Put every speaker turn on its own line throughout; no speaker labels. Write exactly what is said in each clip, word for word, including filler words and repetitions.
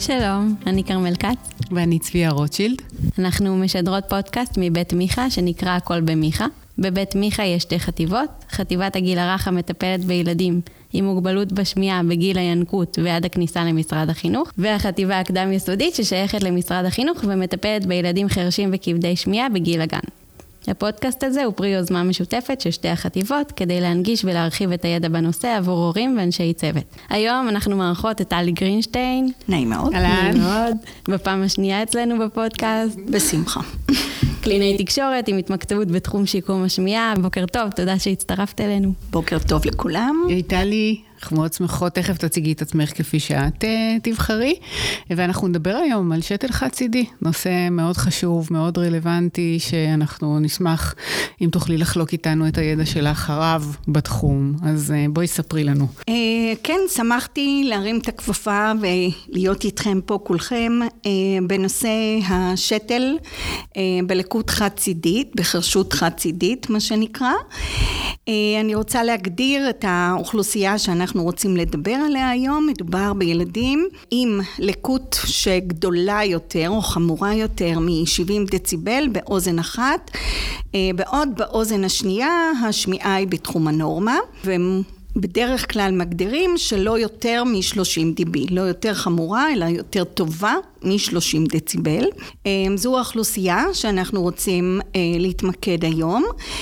שלום, אני קרמל קץ.
ואני צביה רוטשילד.
אנחנו משדרות פודקאסט מבית מיכה שנקרא הכל במיכה. בבית מיכה יש שתי חטיבות. חטיבת הגיל הרך המטפלת בילדים עם מוגבלות בשמיעה בגיל הינקות ועד הכניסה למשרד החינוך. והחטיבה הקדם יסודית ששייכת למשרד החינוך ומטפלת בילדים חרשים וכבדי שמיעה בגיל הגן. הפודקאסט הזה הוא פרי יוזמה משותפת של שתי החטיבות כדי להנגיש ולהרחיב את הידע בנושא עבור הורים ואנשי צוות. היום אנחנו מארחות את טלי גרינשטיין.
נעים מאוד.
נעים מאוד. בפעם השנייה אצלנו בפודקאסט.
בשמחה.
קלינאי תקשורת עם התמקצעות בתחום שיקום השמיעה. בוקר טוב, תודה שהצטרפת אלינו.
בוקר טוב לכולם.
הייתה לי, אנחנו מאוד שמחות, תכף תציגי את עצמך כפי שאת תבחרי, ואנחנו נדבר היום על שתל חד-צידי, נושא מאוד חשוב, מאוד רלוונטי, שאנחנו נשמח אם תוכלי לחלוק איתנו את הידע שלך הרב בתחום, אז בואי ספרי לנו.
כן, שמחתי להרים את הכפפה ולהיות איתכם פה כולכם, בנושא השתל, בלקות חד-צידית, בחרשות חד-צידית, מה שנקרא. אני רוצה להגדיר את האוכלוסייה שאנחנו רוצים לדבר עליה היום. מדובר בילדים עם לקות שגדולה יותר או חמורה יותר מ-שבעים דציבל באוזן אחת, בעוד באוזן השנייה השמיעה היא בתחום הנורמה, והם בדרך כלל מגדירים שלא יותר מ-שלושים דיבי, לא יותר חמורה אלא יותר טובה מ-שלושים דציבל. זו האוכלוסייה שאנחנו רוצים להתמקד היום.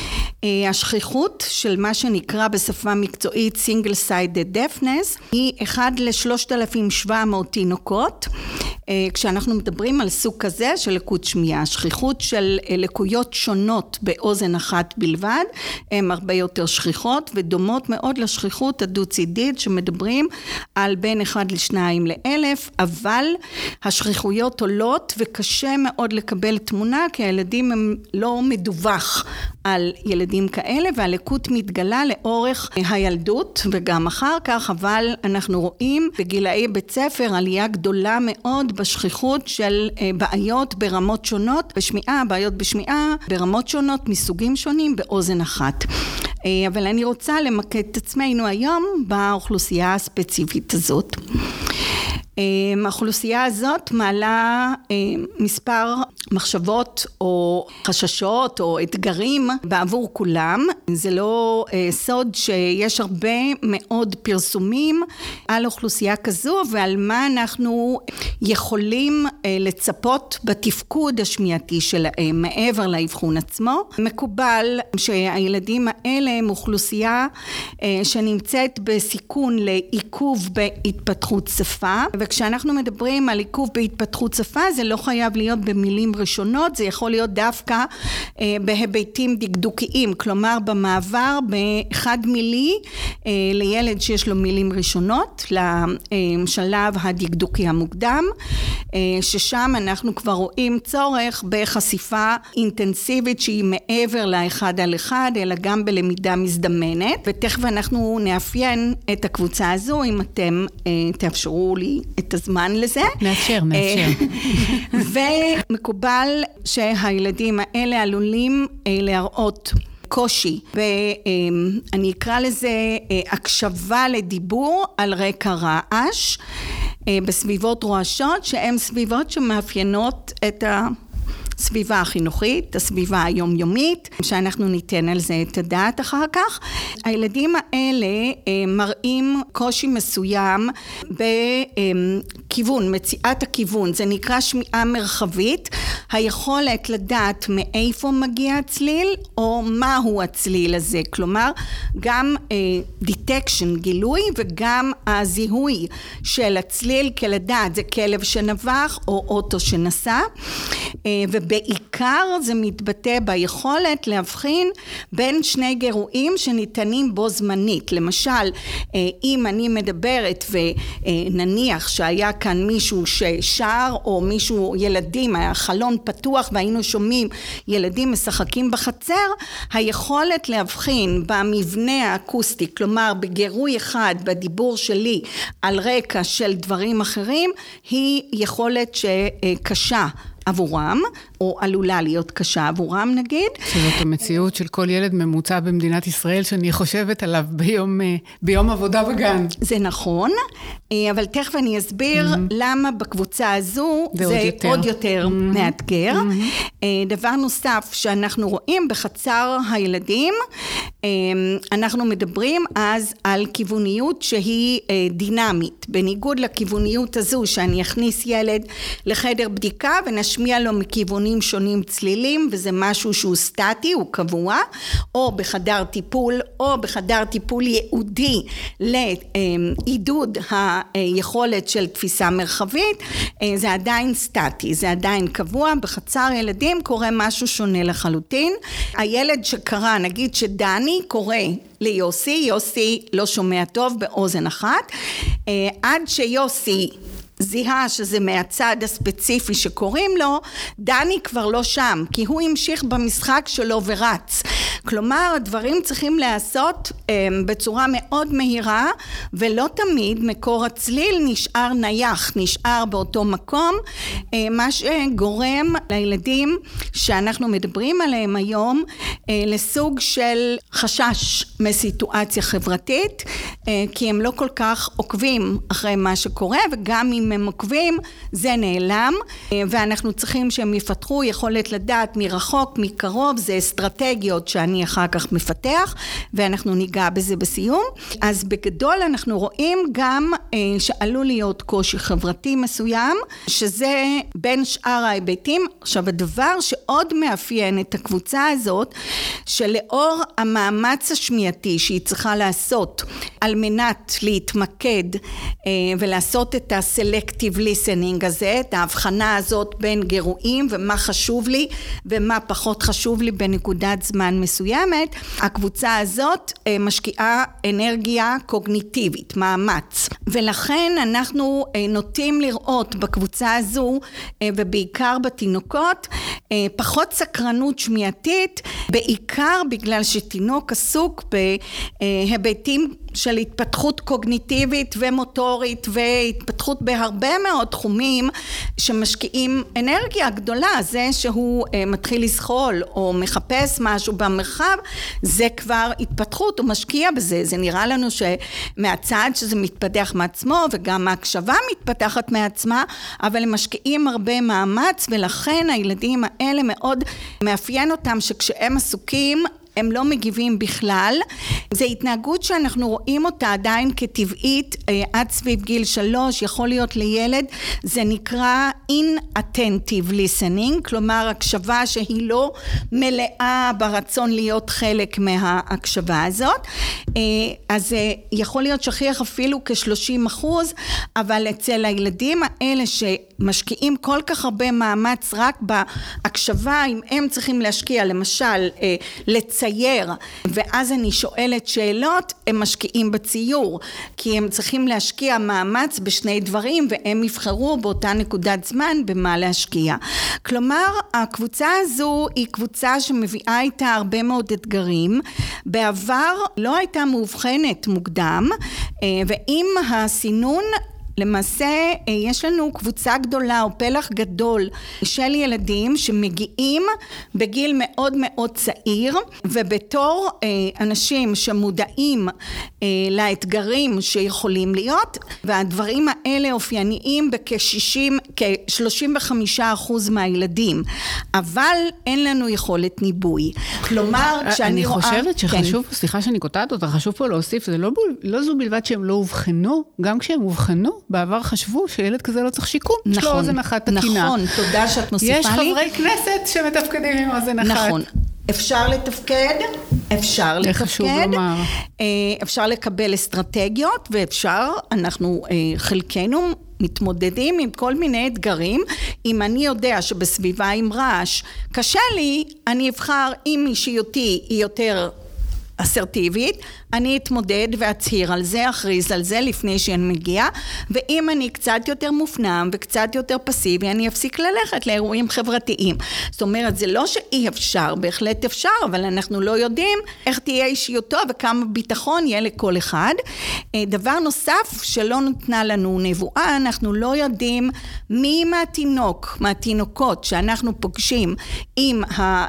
השכיחות של מה שנקרא בשפה מקצועית single sided deafness היא אחד ל-שלושת אלפים ושבע מאות תינוקות. כשאנחנו מדברים על סוג כזה של לקות שמיעה, השכיחות של לקויות שונות באוזן אחת בלבד הן הרבה יותר שכיחות ודומות מאוד לשכיחות הדו-צידית שמדברים על בין אחד לשניים לאלף, אבל השכיחויות עולות וקשה מאוד לקבל תמונה כי הילדים הם לא מדווח על ילדים כאלה, והלקות מתגלה לאורך הילדות וגם אחר כך, אבל אנחנו רואים בגילאי בית ספר עלייה גדולה מאוד בשכיחות של בעיות ברמות שונות בשמיעה, בעיות בשמיעה ברמות שונות מסוגים שונים באוזן אחת. אבל אני רוצה למקד את עצמנו היום באוכלוסייה הספציפית הזאת. האוכלוסייה הזאת מעלה מספר מחשבות או חששות או אתגרים בעבור כולם. זה לא סוד שיש הרבה מאוד פרסומים על אוכלוסייה כזו ועל מה אנחנו יכולים לצפות בתפקוד השמיעתי שלהם מעבר לאבחון עצמו. מקובל שהילדים האלה הם אוכלוסייה שנמצאת בסיכון לעיכוב בהתפתחות שפה, וכשאנחנו מדברים על עיכוב בהתפתחות שפה זה לא חייב להיות במילים ראשונות, זה יכול להיות דווקא אה, בהיבטים דקדוקיים, כלומר במעבר באחד מילי אה, לילד שיש לו מילים ראשונות לשלב הדקדוקי המוקדם, אה, ששם אנחנו כבר רואים צורך בחשיפה אינטנסיבית שהיא מעבר לאחד על אחד אלא גם בלמידה מזדמנת, ותכף אנחנו נאפיין את הקבוצה הזו אם אתם אה, תאפשרו לי את הזמן לזה.
נאפשר, נאפשר.
ומקובל שהילדים האלה עלולים להראות קושי, ואני אקרא לזה הקשבה לדיבור על רקע רעש, בסביבות רועשות, שהן סביבות שמאפיינות את ה... סביבה החינוכית, הסביבה היומיומית, שאנחנו ניתן על זה את הדעת אחר כך. הילדים האלה מראים קושי מסוים בכיוון, מציאת הכיוון, זה נקרא שמיעה מרחבית, היכולת לדעת מאיפה מגיע הצליל או מהו הצליל הזה, כלומר גם detection, גילוי, וגם הזיהוי של הצליל כלדעת, זה כלב שנבח או אוטו שנסע, ובעיקר זה מתבטא ביכולת להבחין בין שני גירויים שניתנים בו זמנית. למשל, אם אני מדברת ונניח שהיה כאן מישהו ששר או מישהו, ילדים, היה חלון פתוח והיינו שומעים ילדים משחקים בחצר, היכולת להבחין במבנה האקוסטי, כלומר בגירוי אחד בדיבור שלי על רקע של דברים אחרים, היא יכולת שקשה עבורם, או עלולה להיות קשה עבורם נגיד.
שזאת המציאות של כל ילד ממוצע במדינת ישראל, שאני חושבת עליו ביום, ביום עבודה בגן.
זה נכון, אבל תכף אני אסביר mm-hmm. למה בקבוצה הזו זה, זה עוד יותר, עוד יותר mm-hmm. מאתגר. Mm-hmm. דבר נוסף שאנחנו רואים בחצר הילדים, אנחנו מדברים אז על כיווניות שהיא דינמית, בניגוד לכיווניות הזו שאני אכניס ילד לחדר בדיקה ונשמיע לו מכיוונים שונים צלילים, וזה משהו שהוא סטטי, הוא קבוע, או בחדר טיפול, או בחדר טיפול ייעודי לעידוד היכולת של תפיסה מרחבית, זה עדיין סטטי, זה עדיין קבוע. בחצר ילדים קורה משהו שונה לחלוטין. הילד שקרא, נגיד שדני קורא ליוסי, יוסי לא שומע טוב באוזן אחת, עד שיוסי זיהה שזה מהצד הספציפי שקוראים לו, דני כבר לא שם, כי הוא המשיך במשחק שלו ורץ. כלומר, הדברים צריכים לעשות um, בצורה מאוד מהירה, ולא תמיד מקור הצליל נשאר נייח, נשאר באותו מקום, uh, מה שגורם לילדים שאנחנו מדברים עליהם היום, uh, לסוג של חשש מסיטואציה חברתית, uh, כי הם לא כל כך עוקבים אחרי מה שקורה, וגם אם הם עוקבים, זה נעלם, ואנחנו צריכים שהם יפתחו יכולת לדעת מרחוק, מקרוב, זה אסטרטגיות שאני אחר כך מפתח, ואנחנו ניגע בזה בסיום. אז בגדול אנחנו רואים גם שעלול להיות קושי חברתי מסוים, שזה בין שאר ההיבטים. עכשיו, הדבר שעוד מאפיין את הקבוצה הזאת, שלאור המאמץ השמיעתי שהיא צריכה לעשות, על מנת להתמקד ולעשות את הסלקטיב ליסנינג הזה, את ההבחנה הזאת בין גירויים ומה חשוב לי ומה פחות חשוב לי בנקודת זמן מסוימת, הקבוצה הזאת משקיעה אנרגיה קוגניטיבית, מאמץ. ולכן אנחנו נוטים לראות בקבוצה הזו, ובעיקר בתינוקות, פחות סקרנות שמיעתית, בעיקר בגלל שתינוק עסוק בהיבטים של התפתחות קוגניטיבית ומוטורית והתפתחות בהרבה מאוד תחומים שמשקיעים אנרגיה גדולה. זה שהוא מתחיל לסחול או מחפש משהו במרחב, זה כבר התפתחות, הוא משקיע בזה. זה נראה לנו שמהצד שזה מתפתח מעצמו, וגם ההקשבה מתפתחת מעצמה, אבל הם משקיעים הרבה מאמץ, ולכן הילדים האלה מאוד מאפיין אותם שכשהם עסוקים הם לא מגיבים בכלל. זו התנהגות שאנחנו רואים אותה עדיין כטבעית עד סביב גיל שלוש, יכול להיות לילד, זה נקרא inattentive listening, כלומר הקשבה שהיא לא מלאה ברצון להיות חלק מההקשבה הזאת. אז יכול להיות שכיח אפילו כ-שלושים אחוז, אבל אצל הילדים האלה שמשקיעים כל כך הרבה מאמץ רק בהקשבה, אם הם צריכים להשקיע למשל לצייר, ואז אני שואלת שאלות, הם משקיעים בציור, כי הם צריכים להשקיע מאמץ בשני דברים, והם יבחרו באותה נקודת זמן במה להשקיע. כלומר, הקבוצה הזו היא קבוצה שמביאה איתה הרבה מאוד אתגרים. בעבר לא הייתה מאובחנת מוקדם, ועם הסינון למעשה יש לנו קבוצה גדולה או פלח גדול של ילדים שמגיעים בגיל מאוד מאוד צעיר, ובתור אנשים שמודעים לאתגרים שיכולים להיות, והדברים האלה אופייניים בכ-שישים, כ-שלושים וחמישה אחוז מהילדים, אבל אין לנו יכולת ניבוי. כלומר, כשאני
אני
רואה...
אני חושבת שחשוב, כן. סליחה שאני קוטעת אותה, חשוב פה להוסיף, זה לא, לא זו בלבד שהם לא הובחנו, גם כשהם הובחנו, בעבר חשבו שילד כזה לא צריך שיקום, נכון, יש לו אוזן אחת תקינה.
נכון, תודה שאת מוסיפה לי.
יש חברי כנסת שמתפקדים עם אוזן אחת.
נכון, אפשר לתפקד, אפשר לתפקד, אפשר לקבל אסטרטגיות, ואפשר, אנחנו חלקנו מתמודדים עם כל מיני אתגרים. אם אני יודע שבסביבה עם רעש קשה לי, אני אבחר אם אישיותי היא יותר אסרטיבית, אני אתמודד ואצהיר על זה, אכריז על זה לפני שאני מגיעה, ואם אני קצת יותר מופנם וקצת יותר פסיבי, אני אפסיק ללכת לאירועים חברתיים. זאת אומרת, זה לא שאי אפשר, בהחלט אפשר, אבל אנחנו לא יודעים איך תהיה אישיותו וכמה ביטחון יהיה לכל אחד. דבר נוסף שלא נתנה לנו נבואה, אנחנו לא יודעים מי מהתינוק, מהתינוקות שאנחנו פוגשים עם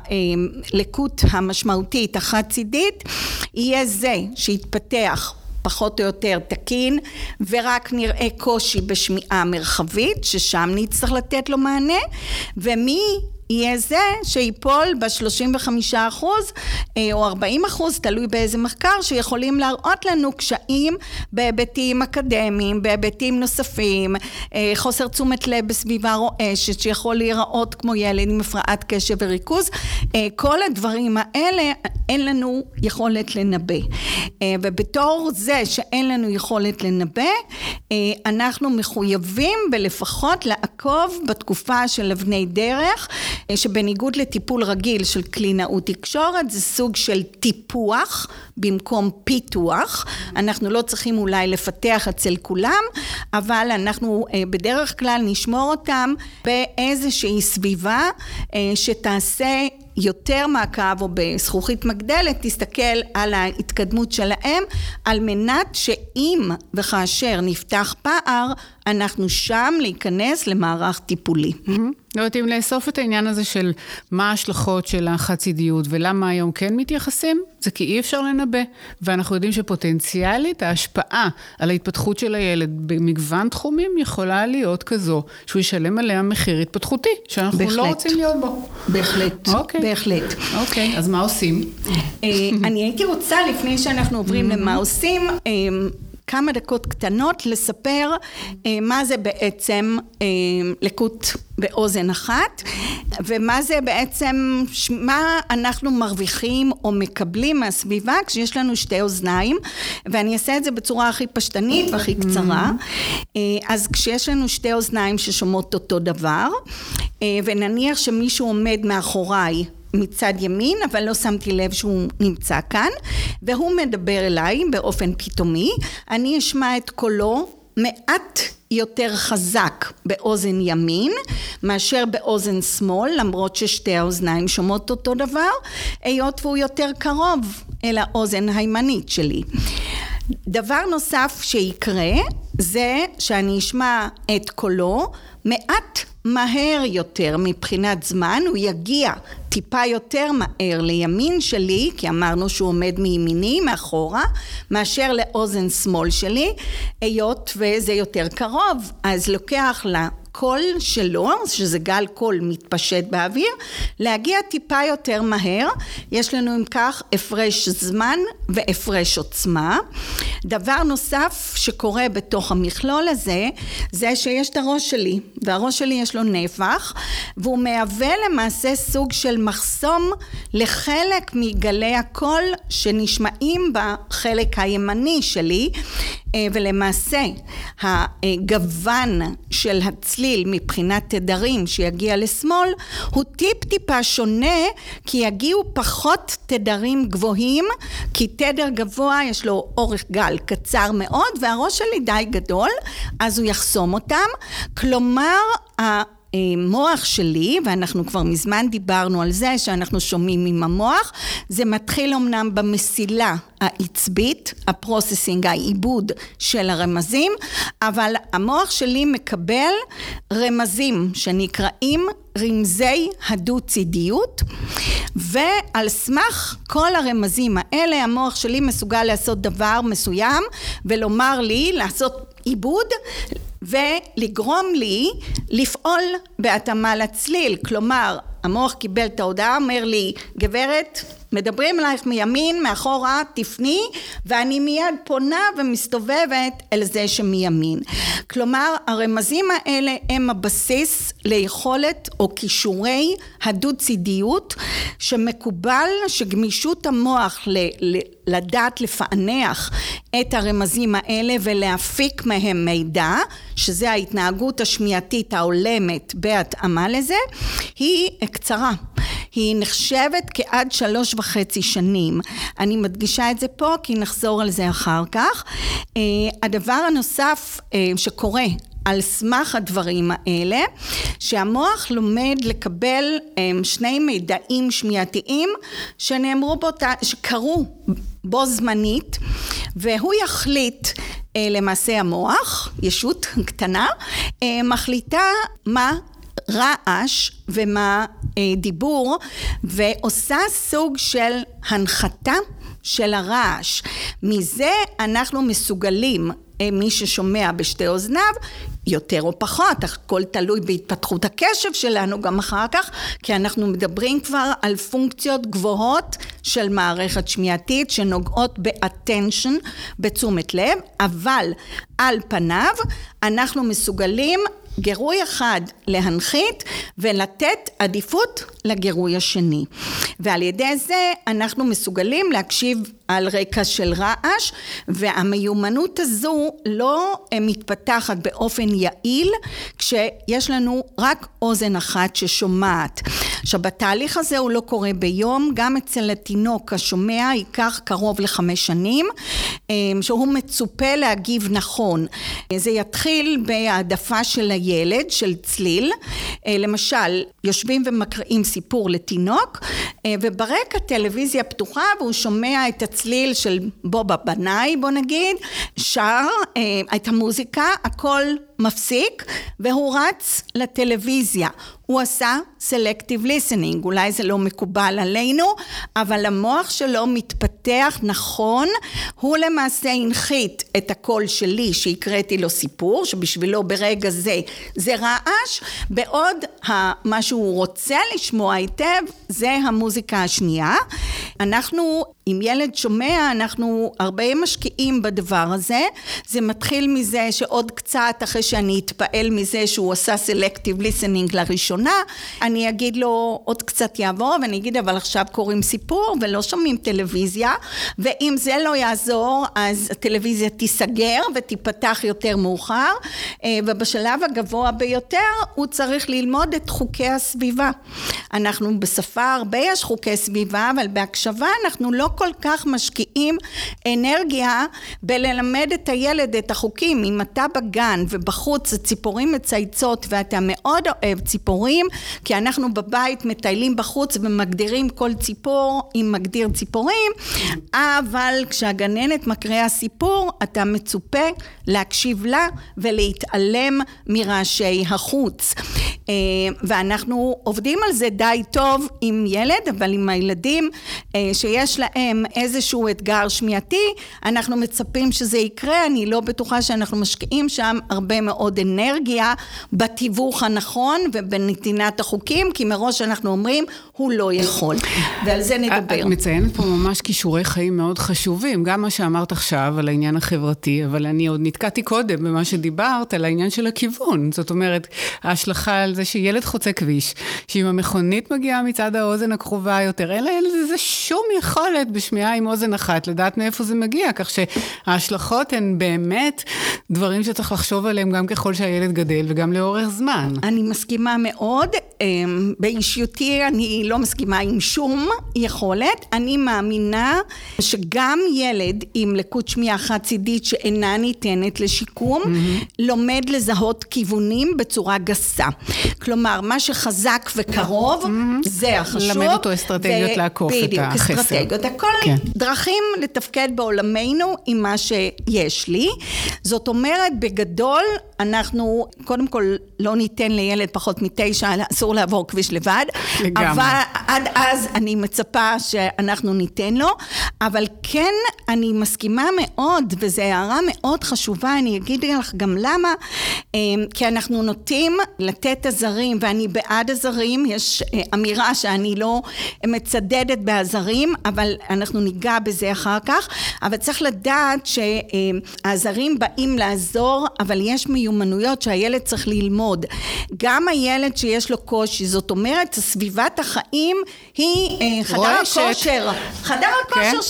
הלקות המשמעותית החד-צידית, יהיה זה שיתפתח פחות או יותר תקין, ורק נראה קושי בשמיעה מרחבית, ששם נצטרך לתת לו מענה, ומי יהיה זה שיפול ב-שלושים וחמישה אחוז או ארבעים אחוז, תלוי באיזה מחקר, שיכולים להראות לנו קשיים בהיבטים אקדמיים, בהיבטים נוספים, חוסר תשומת לב בסביבה רועשת, שיכול להיראות כמו ילד עם הפרעת קשב וריכוז. כל הדברים האלה אין לנו יכולת לנבא. ובתור זה שאין לנו יכולת לנבא, אנחנו מחויבים בלפחות לעקוב בתקופה של אבני דרך, שבניגוד לטיפול רגיל של קלינאות תקשורת, זה סוג של טיפוח במקום פיתוח. אנחנו לא צריכים אולי לפתח אצל כולם, אבל אנחנו בדרך כלל נשמור אותם באיזושהי סביבה שתעשה יותר מעקב, או בזכוכית מגדלת, תסתכל על ההתקדמות שלהם, על מנת שאם וכאשר נפתח פער, אנחנו שם להיכנס למערך טיפולי.
לא יודעים לאסוף את העניין הזה של מה ההשלכות של החד-צידיות, ולמה היום כן מתייחסים, זה כי אי אפשר לנבא, ואנחנו יודעים שפוטנציאלית ההשפעה על ההתפתחות של הילד במגוון תחומים יכולה להיות כזו, שהוא ישלם עליה מחיר התפתחותי, שאנחנו בהחלט. לא רוצים להיות בו.
בהחלט,
אוקיי.
בהחלט.
אוקיי, אז מה עושים?
אני הייתי רוצה, לפני שאנחנו עוברים למה עושים, כמה דקות קטנות לספר אה, מה זה בעצם אה, לקות באוזן אחת, ומה זה בעצם, מה אנחנו מרוויחים או מקבלים מהסביבה כשיש לנו שתי אוזניים, ואני אעשה את זה בצורה הכי פשטנית והכי קצרה. אה, אז כשיש לנו שתי אוזניים ששומעות אותו דבר, אה, ונניח שמישהו עומד מאחוריי, מצד ימין, אבל לא שמתי לב שהוא נמצא כאן, והוא מדבר אליי באופן פתאומי, אני אשמע את קולו מעט יותר חזק באוזן ימין, מאשר באוזן שמאל, למרות ששתי האוזניים שומעות אותו דבר, היות והוא יותר קרוב אל האוזן הימנית שלי. דבר נוסף שיקרה, זה שאני אשמע את קולו מעט מהר יותר מבחינת זמן, הוא יגיע טיפה יותר מהר לימין שלי, כי אמרנו שהוא עומד מימיני, מאחורה, מאשר לאוזן שמאל שלי, היות וזה יותר קרוב, אז לוקח לה קול שלו, שזה גל קול מתפשט באוויר, להגיע טיפה יותר מהר. יש לנו עם כך הפרש זמן והפרש עוצמה. דבר נוסף שקורה בתוך המכלול הזה, זה שיש את הראש שלי, והראש שלי יש לו נפח, והוא מהווה למעשה סוג של מחסום לחלק מגלי הקול שנשמעים בחלק הימני שלי, ולמעשה הגוון של הצליל מבחינת תדרים שיגיע לשמאל הוא טיפ טיפה שונה, כי יגיעו פחות תדרים גבוהים, כי תדר גבוה יש לו אורך גל קצר מאוד והראש שלי די גדול, אז הוא יחסום אותם. כלומר המוח שלי, ואנחנו כבר מזמן דיברנו על זה שאנחנו שומעים עם המוח, זה מתחיל אמנם במסילה העצבית, הפרוססינג, העיבוד של הרמזים, אבל המוח שלי מקבל רמזים שנקראים רמזי הדו-צידיות, ועל סמך כל הרמזים האלה המוח שלי מסוגל לעשות דבר מסוים ולומר לי לעשות עיבוד ולגרום לי לפעול בהתאמה לצליל. כלומר המוח קיבל את ההודעה, אומר לי גברת מדברים עלייך מימין, מאחורה, תפני, ואני מיד פונה ומסתובבת אל זה שמימין. כלומר, הרמזים האלה הם הבסיס ליכולת או כישורי הדו-צידיות, שמקובל שגמישות המוח ל- ל- לדעת לפענח את הרמזים האלה ולהפיק מהם מידע, שזה ההתנהגות השמיעתית ההולמת בהתאמה לזה, היא קצרה. היא נחשבת כעד שלוש וחצי שנים. אני מדגישה את זה פה כי נחזור על זה אחר כך. הדבר הנוסף שקורה על סמך הדברים האלה, שהמוח לומד לקבל שני מידעים שמיעתיים שנאמרו בו, שקרו בו זמנית, והוא יחליט, למעשה המוח, ישות קטנה, מחליטה מה רעש ומה דיבור, ועושה סוג של הנחתה של הרעש. מזה אנחנו מסוגלים, מי ששומע בשתי אוזניו, יותר או פחות, הכל תלוי בהתפתחות הקשב שלנו גם אחר כך, כי אנחנו מדברים כבר על פונקציות גבוהות של מערכת שמיעתית, שנוגעות באטנשן, בתשומת לב, אבל על פניו אנחנו מסוגלים גירוי אחד להנחית ולתת עדיפות לגירוי השני. ועל ידי זה אנחנו מסוגלים להקשיב על רקע של רעש, והמיומנות הזו לא מתפתחת באופן יעיל, כשיש לנו רק אוזן אחת ששומעת. עכשיו, בתהליך הזה הוא לא קורה ביום, גם אצל התינוק השומע ייקח קרוב לחמש שנים, שהוא מצופה להגיב נכון. זה יתחיל בהעדפה של הילד, של צליל, למשל, יושבים ומקריאים סיפור לתינוק, וברקע טלוויזיה פתוחה, והוא שומע את הצליל של בובה בנאי, בוא נגיד, שר את המוזיקה, הכל מפסיק, והוא רץ לטלוויזיה. הוא עשה selective listening, אולי זה לא מקובל עלינו, אבל המוח שלו מתפתח נכון, הוא למעשה הנחית את הקול שלי שהקראתי לו סיפור, שבשבילו ברגע זה זה רעש, בעוד מה שהוא רוצה לשמוע היטב זה המוזיקה השנייה. אנחנו, אם ילד שומע, אנחנו הרבה משקיעים בדבר הזה, זה מתחיל מזה שעוד קצת אחרי שאני אתפעל מזה שהוא עשה selective listening לראשונה, אני אגיד לו עוד קצת יעבור, ואני אגיד אבל עכשיו קוראים סיפור ולא שומעים טלוויזיה, ואם זה לא יעזור אז הטלוויזיה תיסגר ותיפתח יותר מאוחר, ובשלב הגבוה ביותר הוא צריך ללמוד את חוקי הסביבה. אנחנו בשפה הרבה יש חוקי סביבה, אבל בהקשבה אנחנו לא כל כך משקיעים אנרגיה בללמד את הילד את החוקים. אם אתה בגן ובחוץ הציפורים מצייצות ואתה מאוד אוהב ציפורים, כי אנחנו בבית מטיילים בחוץ ומגדירים כל ציפור עם מגדיר ציפורים, אבל כשהגננת מקריאה סיפור, אתה מצופה להקשיב לה ולהתעלם מרעשי החוץ. ואנחנו עובדים על זה די טוב עם ילד, אבל עם הילדים שיש להם איזשהו אתגר שמיעתי, אנחנו מצפים שזה יקרה. אני לא בטוחה שאנחנו משקיעים שם הרבה מאוד אנרגיה בתיווך הנכון ובנתינת החוקים, כי מראש אנחנו אומרים, הוא לא יכול. ועל זה נדבר.
את מציינת פה ממש כישורי חיים מאוד חשובים, גם מה שאמרת עכשיו על העניין החברתי, אבל אני עוד נתקעתי קודם במה שדיברת על העניין של הכיוון. זאת אומרת, ההשלכה על זה שילד חוצה כביש, שאם המכונית מגיעה מצד האוזן הקרובה יותר, אין לזה שום יכולת בשמיעה עם אוזן אחת, לדעת מאיפה זה מגיע, כך שההשלכות הן באמת דברים שצריך לחשוב עליהם גם ככל שהילד גדל וגם לאורך זמן.
אני מסכימה מאוד, באישיותי אני לא מסכימה עם שום יכולת, אני מאמינה שגם ילד עם לקות שמיעה חד-צידית שאינה ניתנת לשיקום, mm-hmm. לומד לזהות כיוונים בצורה גסה. כלומר, מה שחזק וקרוב, mm-hmm. זה החשוב.
למד אותו אסטרטגיות ו... לעקוף בדיוק, את החסר. בדיוק, אסטרטגיות. הכל כן. דרכים
לתפקד בעולמנו עם מה שיש לי. זאת אומרת, בגדול, אנחנו קודם כל לא ניתן לילד פחות מתשע, אסור לעבור כביש לבד. לגמרי. אבל עד אז אני מצפה שאנחנו ניתן לו. אבל כן, אני מסכימה מאוד, וזו הערה מאוד חשובה, אני אגיד לך גם למה, כי אנחנו נוטים לתת עזרים, ואני בעד עזרים, יש אמירה שאני לא מצדדת בעזרים, אבל אנחנו ניגע בזה אחר כך, אבל צריך לדעת שהעזרים באים לעזור, אבל יש מיומנויות שהילד צריך ללמוד. גם הילד שיש לו קושי, זאת אומרת, סביבת החיים היא חדר הכושר. חדר הכושר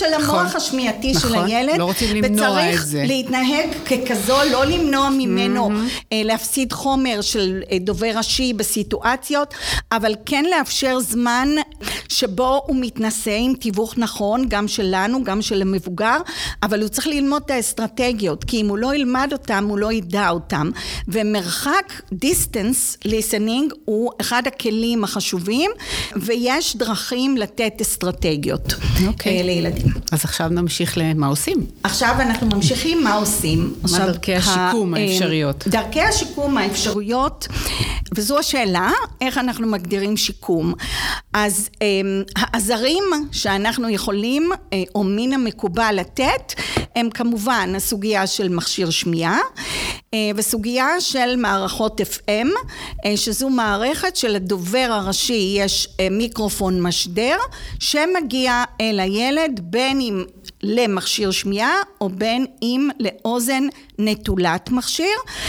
של המוח השמיעתי של הילד.
לא רוצים למנוע את זה.
וצריך להתנהג ככזו, לא למנוע ממנו להפסיד חומר של דובר ראשי בסיטואציות, אבל כן לאפשר זמן שבו הוא מתנסה עם תיווך נכון, גם שלנו, גם של המבוגר, אבל הוא צריך ללמוד את האסטרטגיות, כי אם הוא לא ילמד אותם, הוא לא ידע אותם. ומרחק, distance listening, הוא אחד הכלים החשובים, ויש דרכים לתת אסטרטגיות
okay.
לילדים.
אז עכשיו נמשיך למה עושים.
עכשיו אנחנו ממשיכים מה עושים.
מה עכשיו, דרכי השיקום ה- האפשריות?
דרכי השיקום האפשריות, וזו השאלה, איך אנחנו מגדירים שיקום. אז העזרים שאנחנו יכולים, או מן המקובל לתת, הם כמובן הסוגיה של מכשיר שמיעה, וסוגיה של מערכות אף אם, שזו מערכת של הדובר הראשי, יש מיקרופון משדר, שמגיע אל הילד בין אם למכשיר שמיעה, או בין אם לאוזן נטולת מכשיר,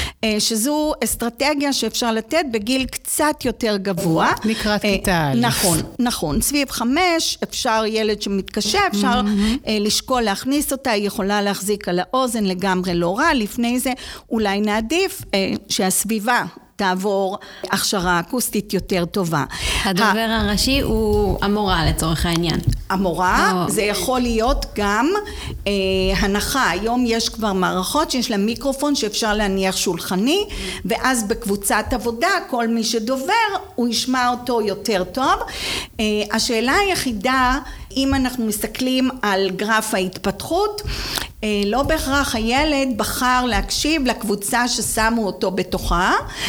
שזו אסטרטגיה שאפשר לתת בגיל קצת יותר גבוה.
לקראת כיתה א'.
נכון, נכון. סביב חמש, אפשר ילד שמתקשה, אפשר mm-hmm. לשקול להכניס אותה, היא יכולה להחזיק על האוזן לגמרי לא רע, לפני זה אולי נעדיף שהסביבה תעבור הכשרה אקוסטית יותר טובה.
הדובר הראשי הוא המורה לצורך העניין.
המורה, זה יכול להיות גם אה, הנחה. היום יש כבר מערכות שיש לה מיקרופון שאפשר להניח שולחני, ואז בקבוצת עבודה כל מי שדובר הוא ישמע אותו יותר טוב. אה, השאלה היחידה, אם אנחנו מסתכלים על גרף ההתפתחות, לא בהכרח הילד בחר להקשיב לקבוצה ששמו אותו בתוכה,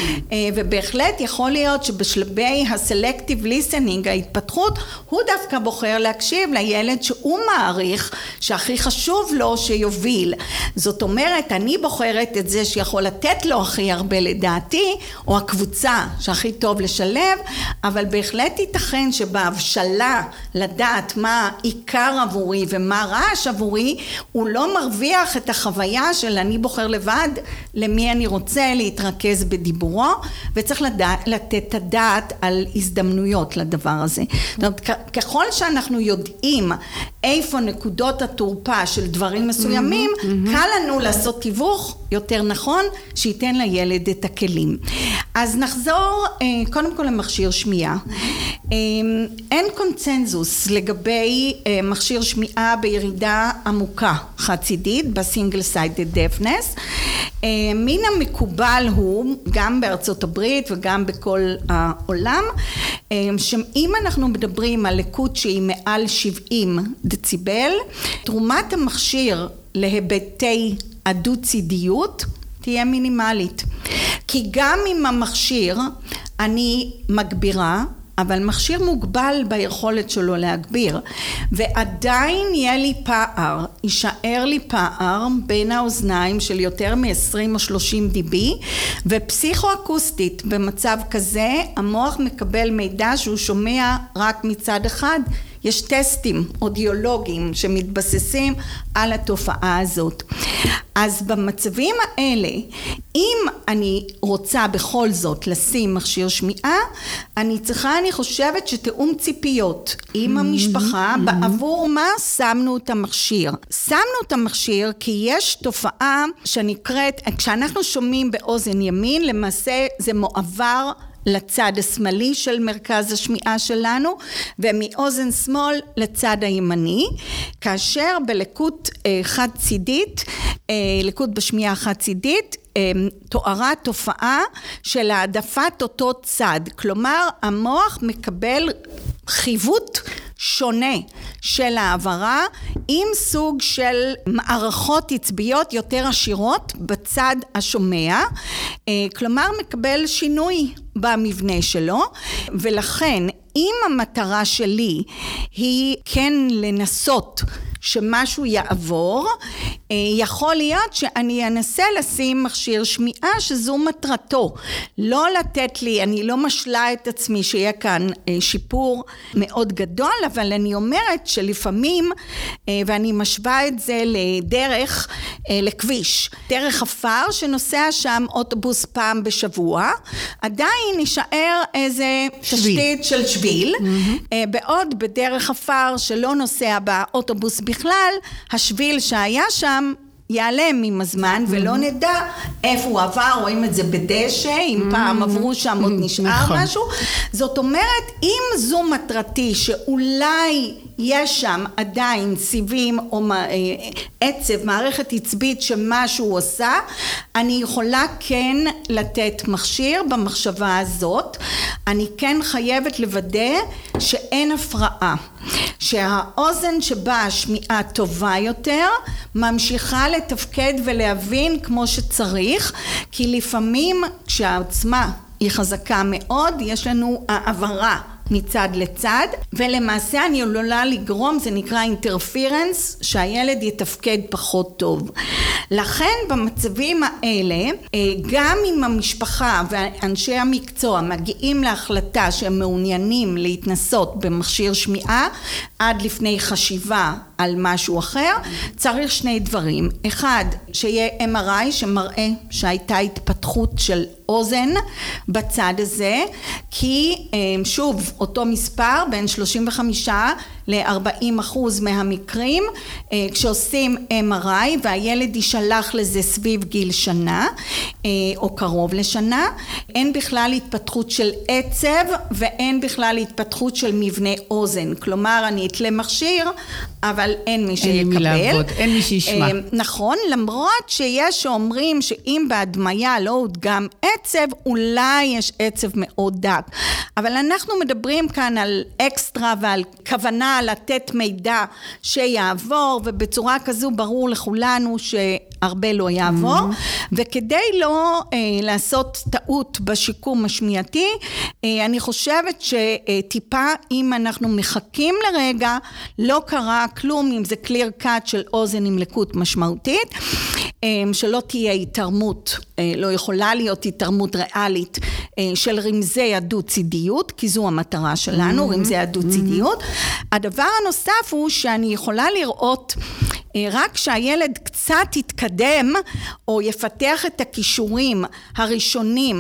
ובהחלט יכול להיות שבשלבי הסלקטיב ליסנינג, ההתפתחות, הוא דווקא בוחר להקשיב לילד שהוא מעריך שהכי חשוב לו שיוביל. זאת אומרת, אני בוחרת את זה שיכול לתת לו הכי הרבה לדעתי, או הקבוצה שהכי טוב לשלב, אבל בהחלט ייתכן שבהבשלה לדעת מה עיקר עבורי ומה רעש עבורי, הוא לא מרוויח את החוויה של אני בוחר לבד למי אני רוצה להתרכז בדיבורו, וצריך לדע, לתת את הדעת על הזדמנויות לדבר הזה. זאת אומרת, ככל שאנחנו יודעים איפה נקודות התורפה של דברים מסוימים, mm-hmm, קל לנו לעשות תיווך יותר נכון, שייתן לילד את הכלים. אז נחזור קודם כל למכשיר שמיעה. אין קונצנזוס לגבי מכשיר שמיעה בירידה עמוקה חד-צידית, בסינגל סיידד דפנס. מן המקובל הוא, גם בארצות הברית וגם בכל העולם, שאם אנחנו מדברים על לקות שהיא מעל שבעים דציבל, תרומת המכשיר להיבטי הדו-צידיות תהיה מינימלית. כי גם עם המכשיר אני מגבירה, אבל מכשיר מוגבל ביכולת שלו להגביר, ועדיין יהיה לי פער, יישאר לי פער בין האוזניים של יותר מ-עשרים או שלושים דיבי, ופסיכואקוסטית במצב כזה, המוח מקבל מידע שהוא שומע רק מצד אחד. יש טסטים אודיולוגיים שמתבססים על התופעה הזאת. אז במצבים האלה, אם אני רוצה בכל זאת לשים מכשיר שמיעה, אני צריכה, אני חושבת שתאום ציפיות עם המשפחה, בעבור מה שמנו את המכשיר. שמנו את המכשיר כי יש תופעה שנקראת, כשאנחנו שומעים באוזן ימין, למעשה זה מועבר לצד השמאלי של מרכז השמיעה שלנו, ומאוזן שמאל לצד הימני, כאשר בלקות חד צידית, לקות בשמיעה חד צידית, תוארה תופעה של העדפת אותו צד, כלומר המוח מקבל חיווט שונה של העברה עם סוג של מערכות עצביות יותר עשירות בצד השומע, כלומר מקבל שינוי במבנה שלו, ולכן אם המטרה שלי היא כן לנסות שמשהו יעבור, יכול להיות שאני אנסה לשים מכשיר שמיעה שזו מטרתו, לא לתת לי, אני לא משלה את עצמי שיהיה כאן שיפור מאוד גדול, אבל אני אומרת שלפעמים, ואני משווה את זה לדרך לכביש. דרך אפר שנוסע שם אוטובוס פעם בשבוע, עדיין נשאר איזה תשתית של שביל, mm-hmm. בעוד בדרך אפר שלא נוסע באוטובוס בכלל, השביל שהיה שם ייעלם עם הזמן, ולא נדע איפה הוא עבר, רואים את זה בדשא, אם פעם עברו שם עוד נשאר משהו. זאת אומרת, אם זו מטרתי שאולי יש שם עדיין סיבים או עצב, מערכת עצבית שמשהו עושה, אני יכולה כן לתת מכשיר במחשבה הזאת. אני כן חייבת לוודא שאין הפרעה, שהאוזן שבה השמיעה טובה יותר ממשיכה לתפקד ולהבין כמו שצריך, כי לפעמים כשהעוצמה היא חזקה מאוד, יש לנו העברה מצד לצד, ולמעשה אני עלולה לגרום, זה נקרא אינטרפירנס, שהילד יתפקד פחות טוב. לכן במצבים האלה, גם אם המשפחה ואנשי המקצוע מגיעים להחלטה שהם מעוניינים להתנסות במכשיר שמיעה, עד לפני חשיבה על משהו אחר, צריך שני דברים. אחד, שיהיה אם אר איי שמראה שהייתה התפתחות של אוזן בצד הזה, כי שוב, אותו מספר בין שלושים וחמישה ל-ארבעים אחוז מהמקרים, כשעושים אם אר איי והילד יישלח לזה סביב גיל שנה, או קרוב לשנה, אין בכלל התפתחות של עצב, ואין בכלל התפתחות של מבנה אוזן. כלומר, אני אתלה מכשיר, אבל אין מי שיקבל.
אין מי לעבוד, אין מי שישמע.
נכון, למרות שיש שאומרים שאם בהדמיה לא הודגם עצב, אולי יש עצב מאוד דק. אבל אנחנו מדברים כאן על אקסטרה ועל כוונה לתת מידע שיעבור, ובצורה כזו ברור לכולנו שהרבה לא יעבור, mm-hmm. וכדי לא אה, לעשות טעות בשיקום השמיעתי, אה, אני חושבת שטיפה אם אנחנו מחכים לרגע, לא קרה כלום, אם זה קליר קאט של אוזן עם לקות משמעותית, אה, שלא תהיה התרמות, אה, לא יכולה להיות התרמות ריאלית אה, של רמזי הדו-צידיות, כי זו המטרה שלנו, mm-hmm. רמזי הדו-צידיות. Mm-hmm. הדבר הנוסף הוא שאני יכולה לראות רק שהילד קצת יתקדם או יפתח את הכישורים הראשונים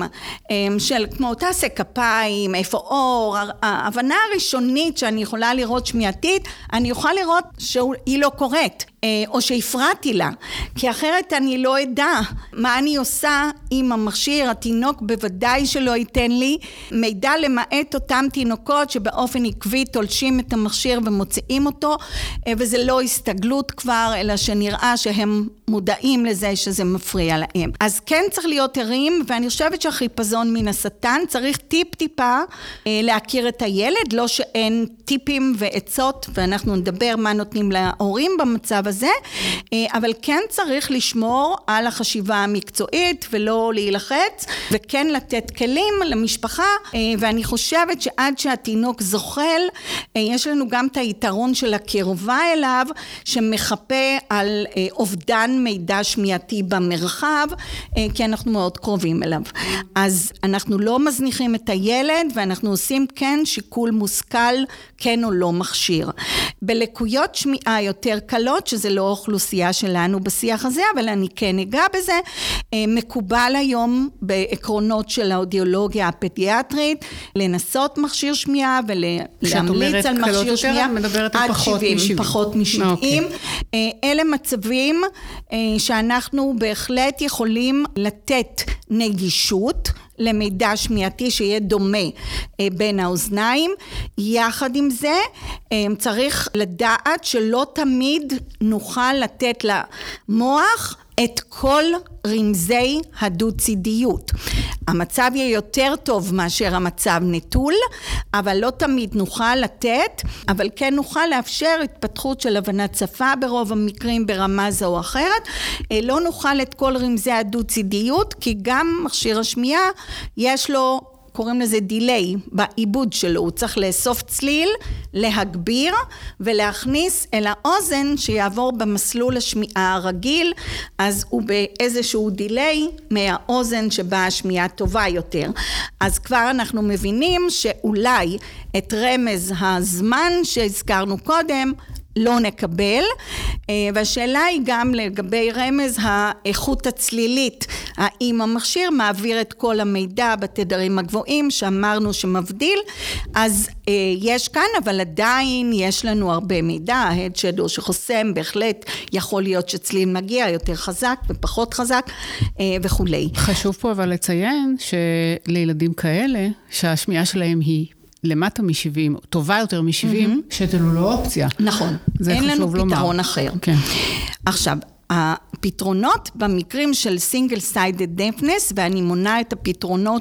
של כמו תעשה כפיים, איפה אור, ההבנה הראשונית שאני יכולה לראות שמיעתית, אני יכולה לראות שהיא לא קורית או שהפרעתי לה, כי אחרת אני לא אדע מה אני עושה עם המכשיר. התינוק בוודאי שלא ייתן לי מידע למעט אותם תינוקות שבאופן עקבי תולשים את המכשיר ומוציאים אותו, וזה לא הסתגלות כבר, אלא שנראה שהם מודעים לזה שזה מפריע להם. אז כן צריך להיות ערים, ואני חושבת שהחיפזון מן השטן צריך טיפ טיפה להכיר את הילד, לא שאין טיפים ועצות, ואנחנו נדבר מה נותנים להורים במצב הזה, אבל כן צריך לשמור על החשיבה המקצועית ולא להילחץ, וכן לתת כלים למשפחה, ואני חושבת שעד שהתינוק זוחל, יש לנו גם את היתרון של הקרבה אליו, שמחפה על אובדן מידע שמיעתי במרחב, כי אנחנו מאוד קרובים אליו. אז אנחנו לא מזניחים את הילד, ואנחנו עושים כן שיקול מושכל, כן או לא מכשיר. בלקויות שמיעה יותר קלות, שזה לא אוכלוסייה שלנו בשיח הזה, אבל אני כן אגע בזה, מקובל היום בעקרונות של האודיולוגיה הפדיאטרית, לנסות מכשיר שמיעה ולהמליץ על מכשיר שמיעה עד שבעים, פחות מ-שבעים. אלה מצבים שאנחנו בהחלט יכולים לתת נגישות למידע שמיעתי שיהיה דומה בין האוזניים. יחד עם זה צריך לדעת שלא תמיד נוכל לתת למוח את כל רמזי הדו-צידיות. המצב יהיה יותר טוב מאשר המצב נטול, אבל לא תמיד נוכל לתת, אבל כן נוכל לאפשר התפתחות של הבנת שפה ברוב המקרים ברמה זו או אחרת. לא נוכל את כל רמזי הדו-צידיות, כי גם מכשיר השמיעה יש לו, קוראים לזה דיליי בעיבוד שלו, הוא צריך לאסוף צליל, להגביר ולהכניס אל האוזן שיעבור במסלול השמיעה הרגיל, אז הוא באיזשהו דיליי מהאוזן שבה השמיעה טובה יותר. אז כבר אנחנו מבינים שאולי את רמז הזמן שהזכרנו קודם, לא נקבל, והשאלה היא גם לגבי רמז האיכות הצלילית, האם המכשיר מעביר את כל המידע בתדרים הגבוהים שאמרנו שמבדיל, אז יש כאן, אבל עדיין יש לנו הרבה מידע, ההד שדו שחוסם בהחלט יכול להיות שצליל מגיע יותר חזק ופחות חזק וכולי.
חשוב פה אבל לציין שלילדים כאלה שהשמיעה שלהם היא למטה מ-שבעים, טובה יותר מ-שבעים, mm-hmm. שתל הוא לא אופציה.
נכון. אין לנו פתרון
לומר.
אחר.
כן.
עכשיו, הפתרונות במקרים של single sided deafness, ואני מונה את הפתרונות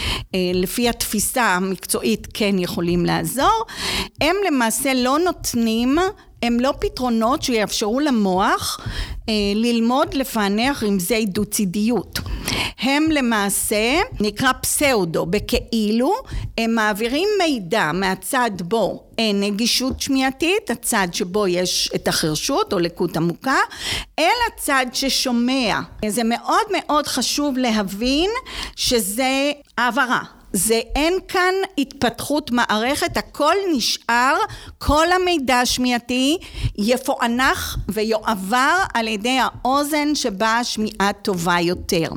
שלפי התפיסה המקצועית כן יכולים לעזור, הם למעשה לא נותנים, הם לא פתרונות שיאפשרו למוח אה, ללמוד לפענח רמזי דו-צידיות. הם למעשה, נקרא פסאודו, בכאילו, הם מעבירים מידע מהצד בו אין נגישות שמיעתית, הצד שבו יש את החרשות או לקות עמוקה, אל הצד ששומע. זה מאוד מאוד חשוב להבין שזה העברה. זה אין כאן התפתחות מערכת, הכל נשאר, כל המידע השמיעתי יפוענח ויועבר על ידי האוזן שבה השמיעה טובה יותר.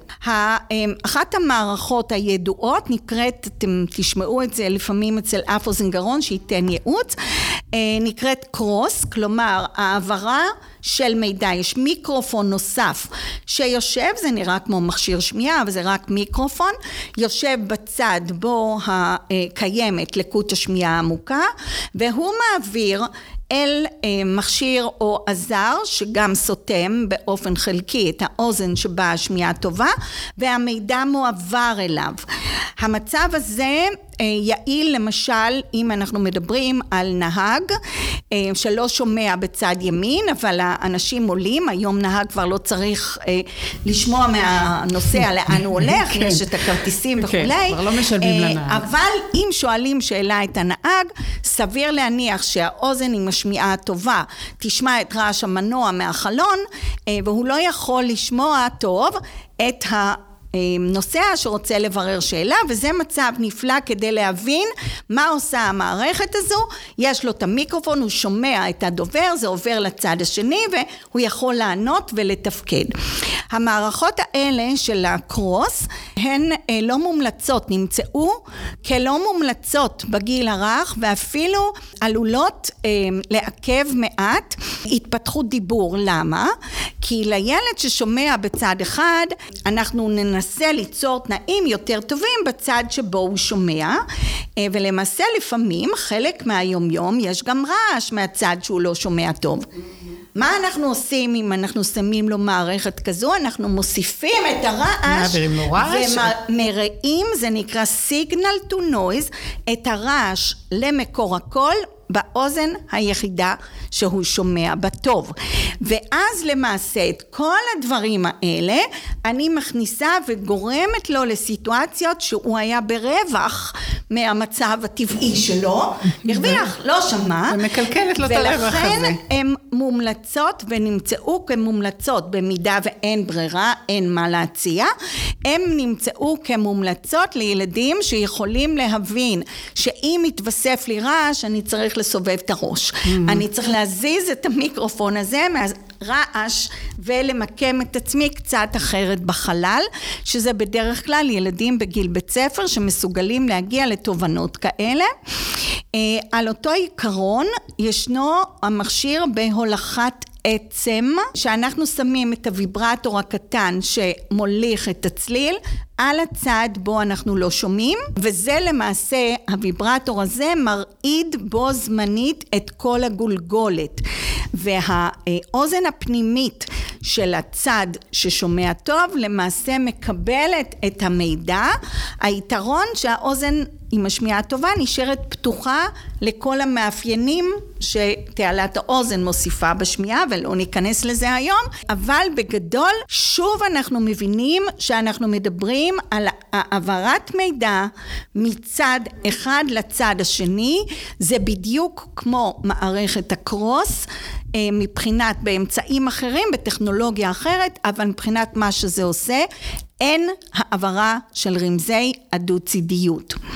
אחת המערכות הידועות נקראת, אתם תשמעו את זה לפעמים אצל אף אוזן גרון שייתן ייעוץ, נקראת קרוס, כלומר העברה של מידע, יש מיקרופון נוסף שיושב, זה נראה כמו מכשיר שמיעה, אבל זה רק מיקרופון, יושב בצד בו הקיימת לקות השמיעה העמוקה, והוא מעביר אל מכשיר או עזר שגם סותם באופן חלקי את האוזן שבה השמיעה טובה, והמידע מועבר אליו. המצב הזה יעיל למשל אם אנחנו מדברים על נהג שלא שומע בצד ימין, אבל האנשים עולים, היום נהג כבר לא צריך לשמוע מהנוסע לאן הוא הולך, יש את הכרטיסים וכולי,
כבר לא משלמים לנהג.
אבל אם שואלים שאלה את הנהג, סביר להניח שהאוזן עם השמיעה הטובה תשמע את רעש המנוע מהחלון, והוא לא יכול לשמוע טוב את ה... נוסע שרוצה לברר שאלה, וזה מצב נפלא כדי להבין מה עושה המערכת הזו. יש לו את המיקרופון, הוא שומע את הדובר, זה עובר לצד השני והוא יכול לענות ולתפקד. המערכות האלה של הקרוס הן לא מומלצות, נמצאו כלא מומלצות בגיל הרך, ואפילו עלולות לעכב מעט התפתחות דיבור. למה? כי לילד ששומע בצד אחד אנחנו ננסה מנסה ליצור תנאים יותר טובים בצד שבו הוא שומע, ולמעשה לפעמים חלק מהיום יום יש גם רעש מהצד שהוא לא שומע טוב. מה אנחנו עושים אם אנחנו שמים לו מערכת כזו? אנחנו מוסיפים את הרעש ומראים, זה נקרא signal to noise, את הרעש למקור הקול באוזן היחידה שהוא שומע בטוב. ואז למעשה את כל הדברים האלה אני מכניסה וגורמת לו לסיטואציות שהוא היה ברווח מהמצב הטבעי שלו, הרוויח, לא שמע,
ומקלקלת לו את הרווח הזה.
ולכן הן מומלצות ונמצאו כמומלצות, במידה ואין ברירה, אין מה להציע, הן נמצאו כמומלצות לילדים שיכולים להבין שאם יתווסף לי רעש אני צריך לסובב את הראש. Mm-hmm. אני צריך להזיז את המיקרופון הזה מהרעש ולמקם את עצמי קצת אחרת בחלל, שזה בדרך כלל ילדים בגיל בית ספר שמסוגלים להגיע לתובנות כאלה. על אותו עיקרון ישנו המכשיר בהולכת עצם, שאנחנו שמים את הוויברטור הקטן שמוליך את הצליל על הצד בו אנחנו לא שומעים, וזה למעשה, הוויברטור הזה מרעיד בו זמנית את כל הגולגולת, והאוזן הפנימית של הצד ששומע טוב למעשה מקבלת את המידע. היתרון שהאוזן עם השמיעה הטובה נשארת פתוחה לכל המאפיינים שתעלת האוזן מוסיפה בשמיעה, ולא ניכנס לזה היום, אבל בגדול שוב אנחנו מבינים שאנחנו מדברים על העברת מידע מצד אחד לצד השני. זה בדיוק כמו מערכת הקרוס, מבחינת באמצעים אחרים, בטכנולוגיה אחרת, אבל מבחינת מה שזה עושה, אין העברה של רמזי הדו-צידיות.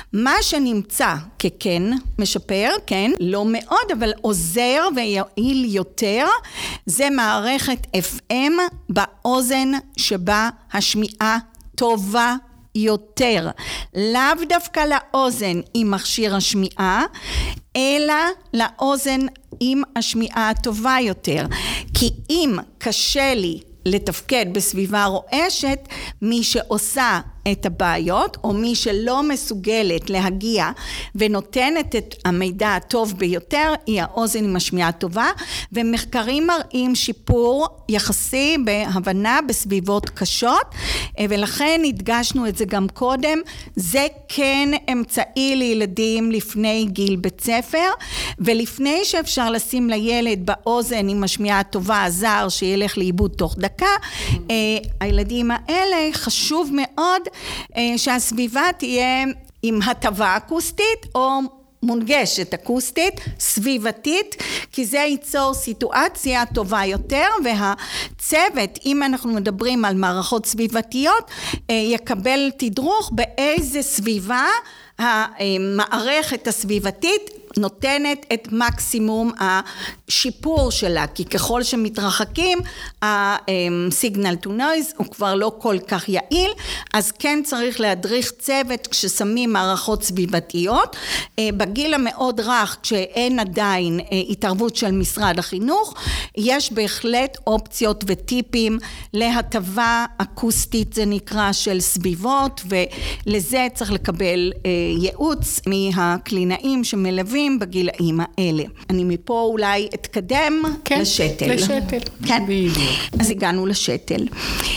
מה שנמצא ככן משפר, כן, לא מאוד, אבל עוזר ויעיל יותר, זה מערכת אף אם באוזן שבה השמיעה טובה יותר. לאו דווקא לאוזן עם מכשיר השמיעה, אלא לאוזן עם השמיעה הטובה יותר. כי אם קשה לי לתפקד בסביבה רועשת, מי שעושה את הבעיות, או מי שלא מסוגלת להגיע ונותנת את המידע הטוב ביותר, היא האוזן עם השמיעה הטובה, ומחקרים מראים שיפור יחסי בהבנה בסביבות קשות, ולכן הדגשנו את זה גם קודם, זה כן אמצעי לילדים לפני גיל בית ספר, ולפני שאפשר לשים לילד באוזן עם השמיעה הטובה הזר שילך לאיבוד תוך דקה, הילדים האלה חשוב מאוד שהסביבה תהיה עם הטבה אקוסטית או מונגשת אקוסטית, סביבתית, כי זה ייצור סיטואציה טובה יותר, והצוות, אם אנחנו מדברים על מערכות סביבתיות, יקבל תדרוך באיזה סביבה המערכת הסביבתית נותנת את מקסימום השיפור שלה, כי ככל שמתרחקים, ה-signal to noise הוא כבר לא כל כך יעיל, אז כן צריך להדריך צוות כששמים מערכות סביבתיות. בגיל המאוד רך, כשאין עדיין התערבות של משרד החינוך, יש בהחלט אופציות וטיפים להטבה אקוסטית, זה נקרא, של סביבות, ולזה צריך לקבל ייעוץ מהקלינאים שמלווים בגילאים האלה. אני מפה אולי אתקדם
כן,
לשתל.
לשתל.
כן. אז הגענו לשתל.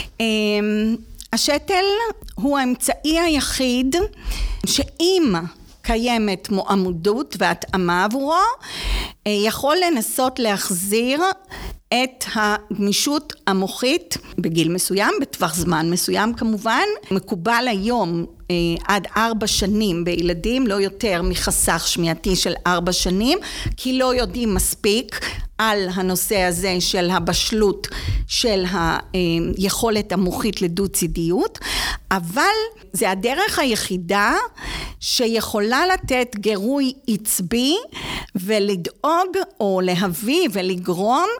השתל הוא האמצעי היחיד שאם קיימת מועמדות והתאמה עבורו, יכול לנסות להחזיר את הגמישות המוחית בגיל מסוים, בטווח זמן מסוים כמובן. מקובל היום עד ארבע שנים בילדים, לא יותר מחסך שמיעתי של ארבע שנים, כי לא יודעים מספיק על הנושא הזה של הבשלות של היכולת המוחית לדו-צידיות, אבל זה הדרך היחידה שיכולה לתת גירוי עצבי ולדאוג או להביא ולגרום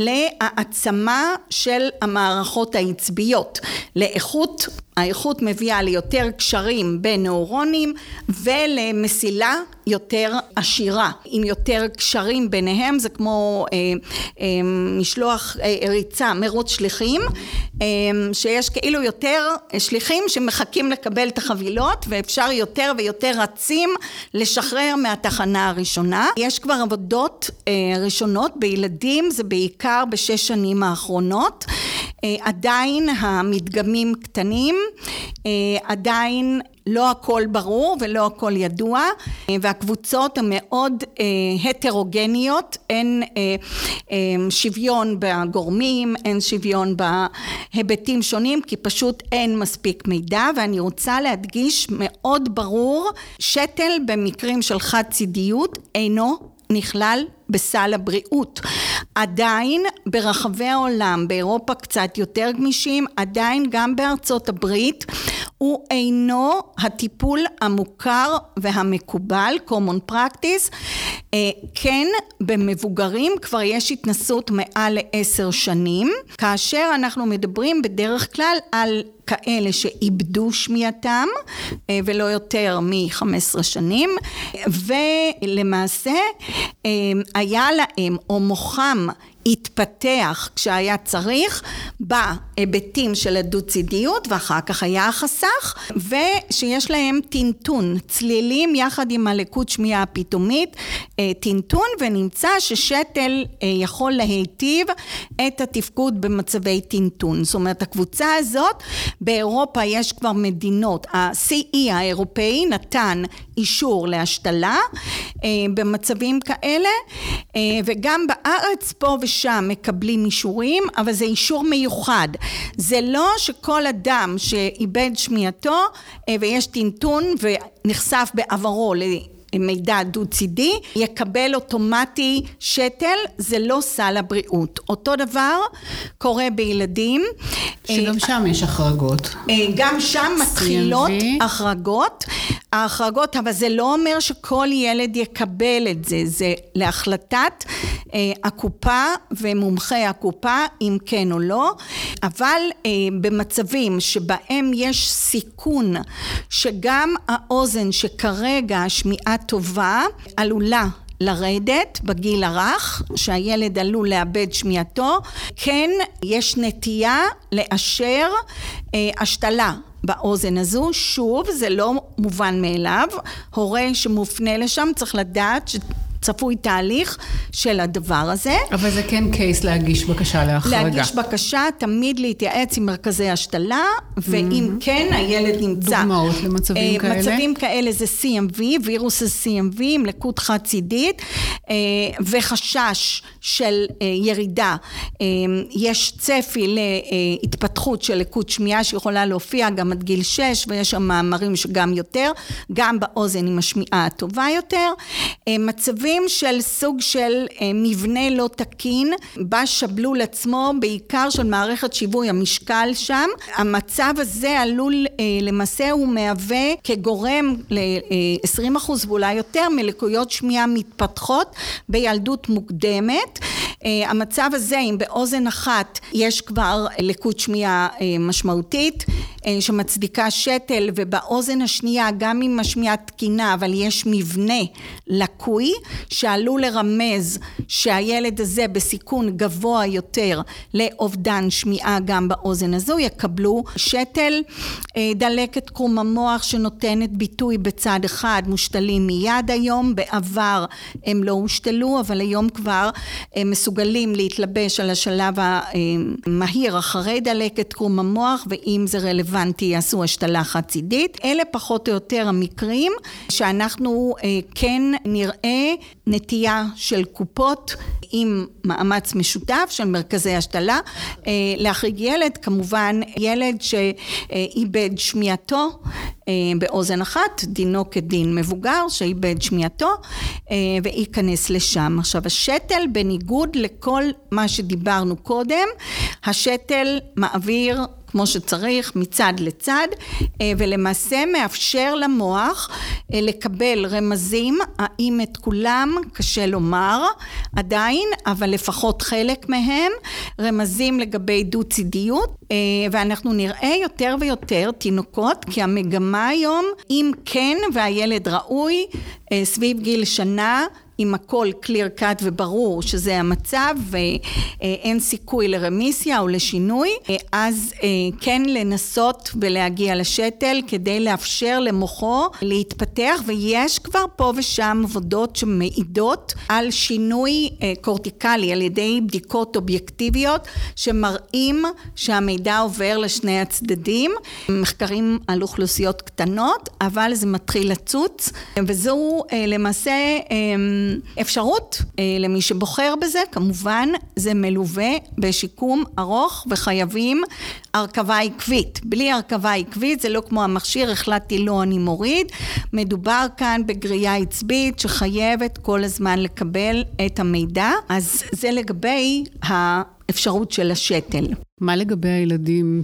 להעצמה של המערכות העצביות, לאיכות, האיכות מביאה ליותר קשרים בין נוירונים ולמסילה יותר עשירה, עם יותר קשרים ביניהם, זה כמו אה, אה, משלוח אה, ריצה, מרוץ שליחים, אה, שיש כאילו יותר שליחים שמחכים לקבל את החבילות, ואפשר יותר ויותר רצים לשחרר מהתחנה הראשונה. יש כבר עבודות אה, ראשונות בילדים, זה בעיקר בשש שנים האחרונות, אה, עדיין המדגמים קטנים, אה, עדיין לא הכל ברור ולא הכל ידוע, והקבוצות המאוד הטרוגניות, אין שוויון בגורמים, אין שוויון בהיבטים שונים, כי פשוט אין מספיק מידע, ואני רוצה להדגיש מאוד ברור, שתל במקרים של חד צידיות אינו נכלל בסל הבריאות. עדיין ברחבי העולם, באירופה קצת יותר גמישים, עדיין גם בארצות הברית, הוא אינו הטיפול המוכר והמקובל, common practice. כן, במבוגרים כבר יש התנסות מעל לעשר שנים, כאשר אנחנו מדברים בדרך כלל על כאלה שאיבדו שמיעתם, ולא יותר מ-חמש עשרה שנים, ולמעשה היה להם או מוחם התפתח כשהיה צריך בהיבטים של הדו-צידיות, ואחר כך היה החסך, ושיש להם טינטון, צלילים יחד עם הלקות שמיעה הפתאומית, טינטון, ונמצא ששתל יכול להיטיב את התפקוד במצבי טינטון. זאת אומרת, הקבוצה הזאת, באירופה יש כבר מדינות, ה-סי אי האירופאי נתן אישור להשתלה במצבים כאלה, וגם בארץ פה ושם מקבלים אישורים, אבל זה אישור מיוחד. זה לא שכל אדם שאיבד שמיעתו ויש טינטון ונחשף בעברו למידע דו-צידי, יקבל אוטומטי שתל, זה לא סל הבריאות. אותו דבר קורה בילדים.
שגם שם יש החרגות.
גם שם מתחילות החרגות, ההחרגות, אבל זה לא אומר שכל ילד יקבל את זה, זה להחלטת אה, הקופה ומומחי הקופה, אם כן או לא, אבל אה, במצבים שבהם יש סיכון שגם האוזן שכרגע השמיעה טובה עלולה לרדת בגיל הרך, שהילד עלול לאבד שמיעתו, כן יש נטייה לאשר אה, השתלה באוזן הזו. שוב, זה לא מובן מאליו, הורה שמופנה לשם צריך לדעת ש... צפוי תהליך של הדבר הזה.
אבל זה כן קייס להגיש בקשה להחרגה.
להגיש בקשה, תמיד להתייעץ עם מרכזי השתלה, ואם כן, הילד נמצא.
דוגמאות למצבים כאלה?
מצבים כאלה זה סי אם וי, וירוס ה-סי אם וי, עם לקות חד צידית, וחשש של ירידה. יש צפי להתפתחות של לקות שמיעה, שיכולה להופיע גם עד גיל שש, ויש שם מאמרים שגם יותר, גם באוזן עם השמיעה הטובה יותר. מצבים של סוג של מבנה לא תקין, בשבלול עצמו, בעיקר של מערכת שיווי המשקל שם. המצב הזה עלול, למעשה הוא מהווה כגורם ל-עשרים אחוז ואולי יותר מלקויות שמיעה מתפתחות בילדות מוקדמת. המצב הזה, אם באוזן אחת יש כבר לקות שמיעה משמעותית, שמצדיקה שתל, ובאוזן השנייה גם עם השמיעה תקינה, אבל יש מבנה לקוי, שעלול לרמז שהילד הזה בסיכון גבוה יותר לאובדן שמיעה גם באוזן הזו, יקבלו שתל. דלקת קרום המוח שנותנת ביטוי בצד אחד, מושתלים מיד היום, בעבר הם לא הושתלו, אבל היום כבר מסוגלים להתלבש על השלב המהיר אחרי דלקת קרום המוח, ואם זה רלוונטי יעשו השתלה חד צידית. אלה פחות או יותר המקרים שאנחנו כן נראה נטייה של קופות עם מאמץ משותף של מרכזי השתלה להחריג ילד, כמובן ילד שאיבד שמיעתו באוזן אחת, דינו כדין מבוגר שאיבד שמיעתו וייכנס לשם. עכשיו השתל, בניגוד לכל מה שדיברנו קודם, השתל מעביר כמו שצריך מצד לצד, ולמעשה מאפשר למוח לקבל רמזים, האם את כולם קשה לומר עדיין, אבל לפחות חלק מהם, רמזים לגבי דו-צידיות, ואנחנו נראה יותר ויותר תינוקות, כי המגמה היום, אם כן והילד ראוי, סביב גיל שנה, עם הכל קליר קאט וברור שזה המצב ואין סיכוי לרמיסיה או לשינוי, אז כן לנסות ולהגיע לשתל כדי לאפשר למוחו להתפתח, ויש כבר פה ושם עבודות שמעידות על שינוי קורטיקלי על ידי בדיקות אובייקטיביות שמראים שהמידע עובר לשני הצדדים, מחקרים על אוכלוסיות קטנות, אבל זה מתחיל לצוץ, וזו למעשה אפשרות למי שבוחר בזה. כמובן זה מלווה בשיקום ארוך וחייבים הרכבה עקבית. בלי הרכבה עקבית זה לא כמו המכשיר החלטתי לא אני מוריד, מדובר כאן בגרייה עצבית שחייבת כל הזמן לקבל את המידע. אז זה לגבי האפשרות של השתל.
מה לגבי הילדים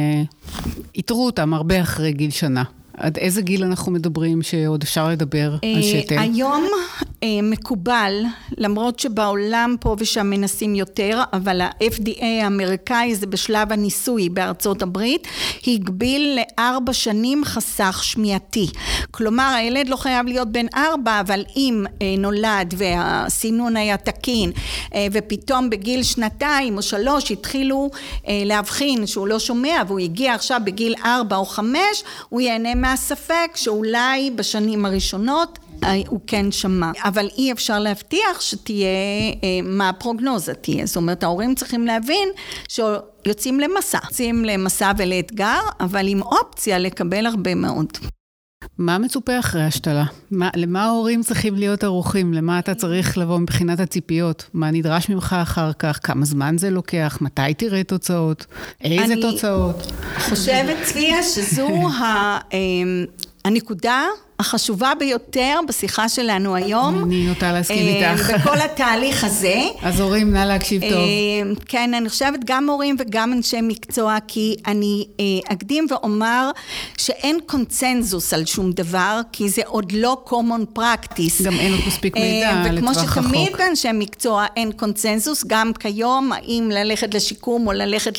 שיתרו אותם הרבה אחרי גיל שנה? עד איזה גיל אנחנו מדברים שעוד אפשר לדבר על שתל?
היום מקובל, למרות שבעולם פה ושם מנסים יותר, אבל ה-אף די איי האמריקאי זה בשלב הניסוי בארצות הברית, הגביל לארבע שנים חסך שמיעתי. כלומר, הילד לא חייב להיות בן ארבע, אבל אם נולד והסינון היה תקין, ופתאום בגיל שנתיים או שלוש התחילו להבחין שהוא לא שומע, והוא הגיע עכשיו בגיל ארבע או חמש, הוא ייהנה מהספק שאולי בשנים הראשונות הוא כן שמע, אבל אי אפשר להבטיח שתהיה, מה הפרוגנוזה תהיה. זאת אומרת, ההורים צריכים להבין שיוצאים למסע, יוצאים למסע ולאתגר, אבל עם אופציה לקבל הרבה מאוד.
מה מצופה אחרי השתלה? מה, למה ההורים צריכים להיות ערוכים? למה אתה צריך לבוא מבחינת הציפיות? מה נדרש ממך אחר כך? כמה זמן זה לוקח? מתי תראה תוצאות? איזה תוצאות?
אני חושבת צביה שזו ה... הנקודה החשובה ביותר בשיחה שלנו היום.
אני נוטה להסכים איתך.
בכל התהליך הזה.
אז הורים, נא להקשיב טוב.
כן, אני חושבת גם הורים וגם אנשי מקצוע, כי אני אקדים ואומר שאין קונצנזוס על שום דבר, כי זה עוד לא common practice.
גם אין עוד מספיק מידע לטווח החוק.
וכמו שתמיד באנשי מקצוע אין קונצנזוס, גם כיום, האם ללכת לשיקום או ללכת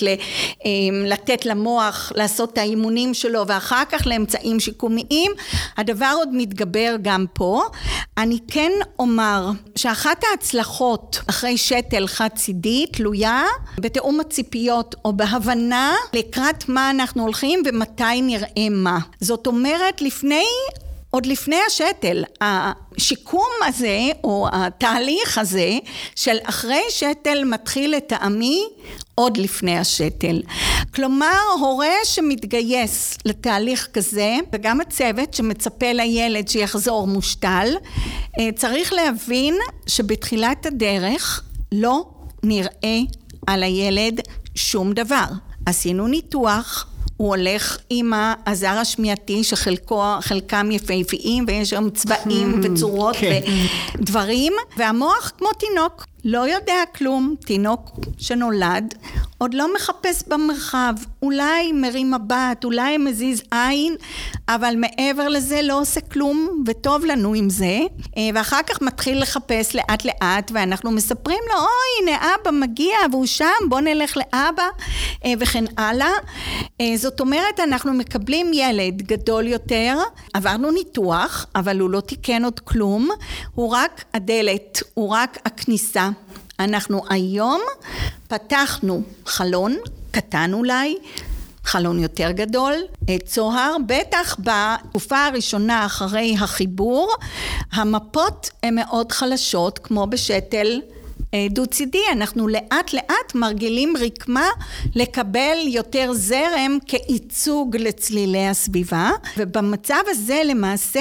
לתת למוח, לעשות את האימונים שלו, ואחר כך לאמצעים שיקומיים, הדבר עוד מתגבר גם פה. אני כן אומר שאחת ההצלחות אחרי שתל חד צידי תלויה בתאום הציפיות או בהבנה לקראת מה אנחנו הולכים ומתי נראה מה. זאת אומרת, לפני, עוד לפני השתל, השיקום הזה או התהליך הזה של אחרי שתל מתחיל לטעמי עוד לפני השתל. כלומר, הורה שמתגייס לתהליך כזה, וגם הצוות שמצפה לילד שיחזור מושתל, צריך להבין שבתחילת הדרך לא נראה על הילד שום דבר. עשינו ניתוח, הוא הולך עם העזר השמיעתי שחלקם יפהפיים ויש שם צבעים וצורות ודברים, והמוח כמו תינוק, לא יודע כלום. תינוק שנולד עוד לא מחפש במרחב, אולי מרים מבט, אולי מזיז עין, אבל מעבר לזה לא עושה כלום, וטוב לנו עם זה, ואחר כך מתחיל לחפש לאט לאט, ואנחנו מספרים לו, אוי, הנה אבא מגיע, והוא שם, בוא נלך לאבא, וכן הלאה. זאת אומרת, אנחנו מקבלים ילד גדול יותר, עברנו ניתוח, אבל הוא לא תיקן עוד כלום, הוא רק הדלת, הוא רק הכניסה. אנחנו היום פתחנו חלון, קטן אולי, חלון יותר גדול, צוהר, בטח בתקופה הראשונה אחרי החיבור, המפות הן מאוד חלשות, כמו בשתל דו-צידי, אנחנו לאט לאט מרגילים רקמה לקבל יותר זרם כייצוג לצלילי הסביבה, ובמצב הזה למעשה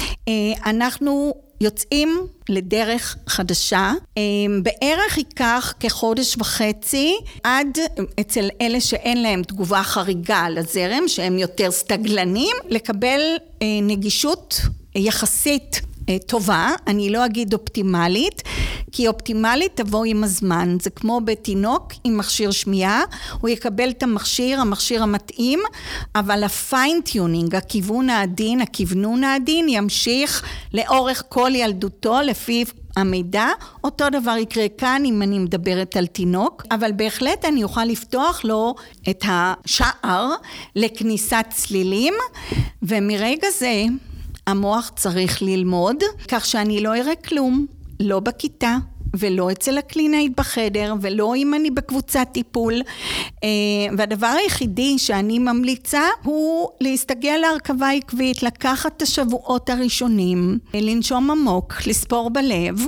אנחנו יוצאים לדרך חדשה, בערך ייקח כחודש וחצי, עד אצל אלה שאין להם תגובה חריגה לזרם, שהם יותר סטגלנים, לקבל נגישות יחסית טובה, אני לא אגיד אופטימלית, כי אופטימלית תבוא עם הזמן, זה כמו בתינוק עם מכשיר שמיעה, הוא יקבל את המכשיר, המכשיר המתאים, אבל הפיינטיונינג, הכיוון העדין, הכיוונון העדין, ימשיך לאורך כל ילדותו, לפי המידע. אותו דבר יקרה כאן אם אני מדברת על תינוק, אבל בהחלט אני אוכל לפתוח לו את השער לכניסת צלילים, ומרגע זה המוח צריך ללמוד, כך שאני לא אראה כלום, לא בכיתה, ולא אצל הקלינאית בחדר, ולא אם אני בקבוצת טיפול. והדבר היחידי שאני ממליצה, הוא להסתגל להרכבה עקבית, לקחת את השבועות הראשונים, לנשום עמוק, לספור בלב,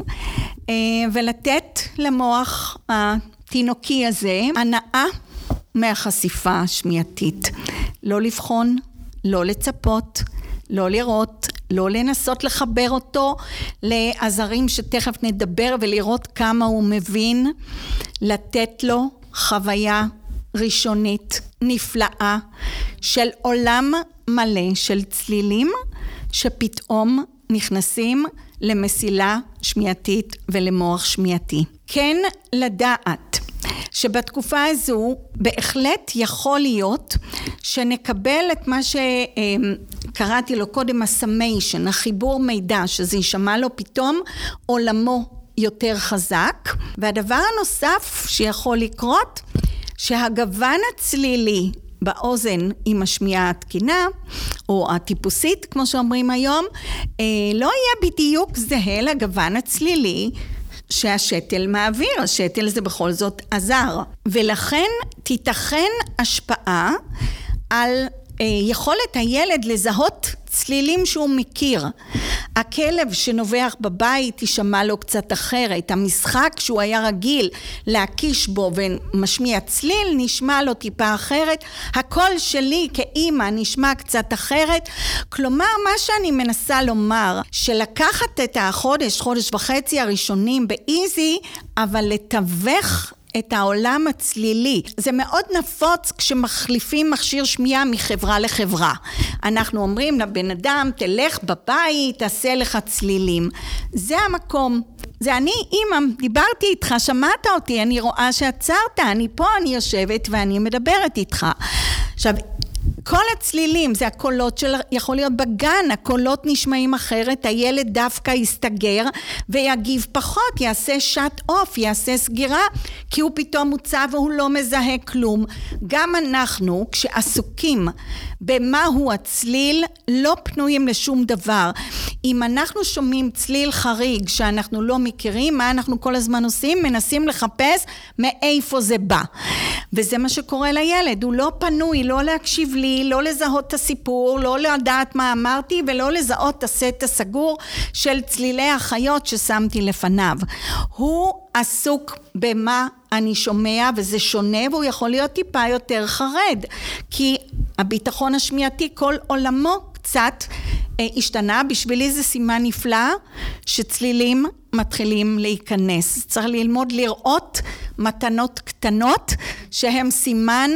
ולתת למוח התינוקי הזה, הנאה מהחשיפה השמיעתית. לא לבחון, לא לצפות, לא לראות, לא לנסות לחבר אותו לעזרים שתכף נדבר ולראות כמה הוא מבין, לתת לו חוויה ראשונית נפלאה של עולם מלא של צלילים שפתאום נכנסים למסילה שמיעתית ולמוח שמיעתי. כן לדעת שבתקופה הזו בהחלט יכול להיות שנקבל את מה שקראתי לו קודם הסמיישן, החיבור מידע, שזה יישמע לו פתאום עולמו יותר חזק. והדבר הנוסף שיכול לקרות, שהגוון הצלילי באוזן עם השמיעה התקינה, או הטיפוסית כמו שאומרים היום, לא יהיה בדיוק זהה לגוון הצלילי שהשתל מעביר. השתל זה בכל זאת עזר, ולכן תיתכן השפעה על יכולת הילד לזהות צלילים שהוא מכיר. הכלב שנובח בבית ישמע לו קצת אחרת, המשחק שהוא היה רגיל להקיש בו ומשמיע צליל נשמע לו טיפה אחרת, הקול שלי כאימא נשמע קצת אחרת. כלומר, מה שאני מנסה לומר, שלקחת את החודש, חודש וחצי הראשונים באיזי, אבל לתווך את העולם הצלילי. זה מאוד נפוץ כשמחליפים מכשיר שמיעה מחברה לחברה. אנחנו אומרים לבן אדם, תלך בבית, תעשה לך צלילים. זה המקום. זה אני, אמא, דיברתי איתך, שמעת אותי, אני רואה שעצרת, אני פה, אני יושבת ואני מדברת איתך. עכשיו, כל הצלילים, זה הקולות של, יכול להיות בגן, הקולות נשמעים אחרת, הילד דווקא יסתגר ויגיב פחות, יעשה שט אוף, יעשה סגירה, כי הוא פתאום מוצא והוא לא מזהה כלום. גם אנחנו, כשעסוקים במהו הצליל, לא פנויים לשום דבר. אם אנחנו שומעים צליל חריג שאנחנו לא מכירים, מה אנחנו כל הזמן עושים? מנסים לחפש מאיפה זה בא. וזה מה שקורה לילד, הוא לא פנוי, לא להקשיב לי, לא לזהות את הסיפור, לא לדעת מה אמרתי, ולא לזהות את הסט הסגור של צלילי החיות ששמתי לפניו. הוא עסוק במה אני שומע, וזה שונה, והוא יכול להיות טיפה יותר חרד, כי הביטחון השמיעתי, כל עולמו קצת אה, השתנה. בשבילי זה סימן נפלא, שצלילים מתחילים להיכנס. צריך ללמוד לראות מתנות קטנות, שהם סימן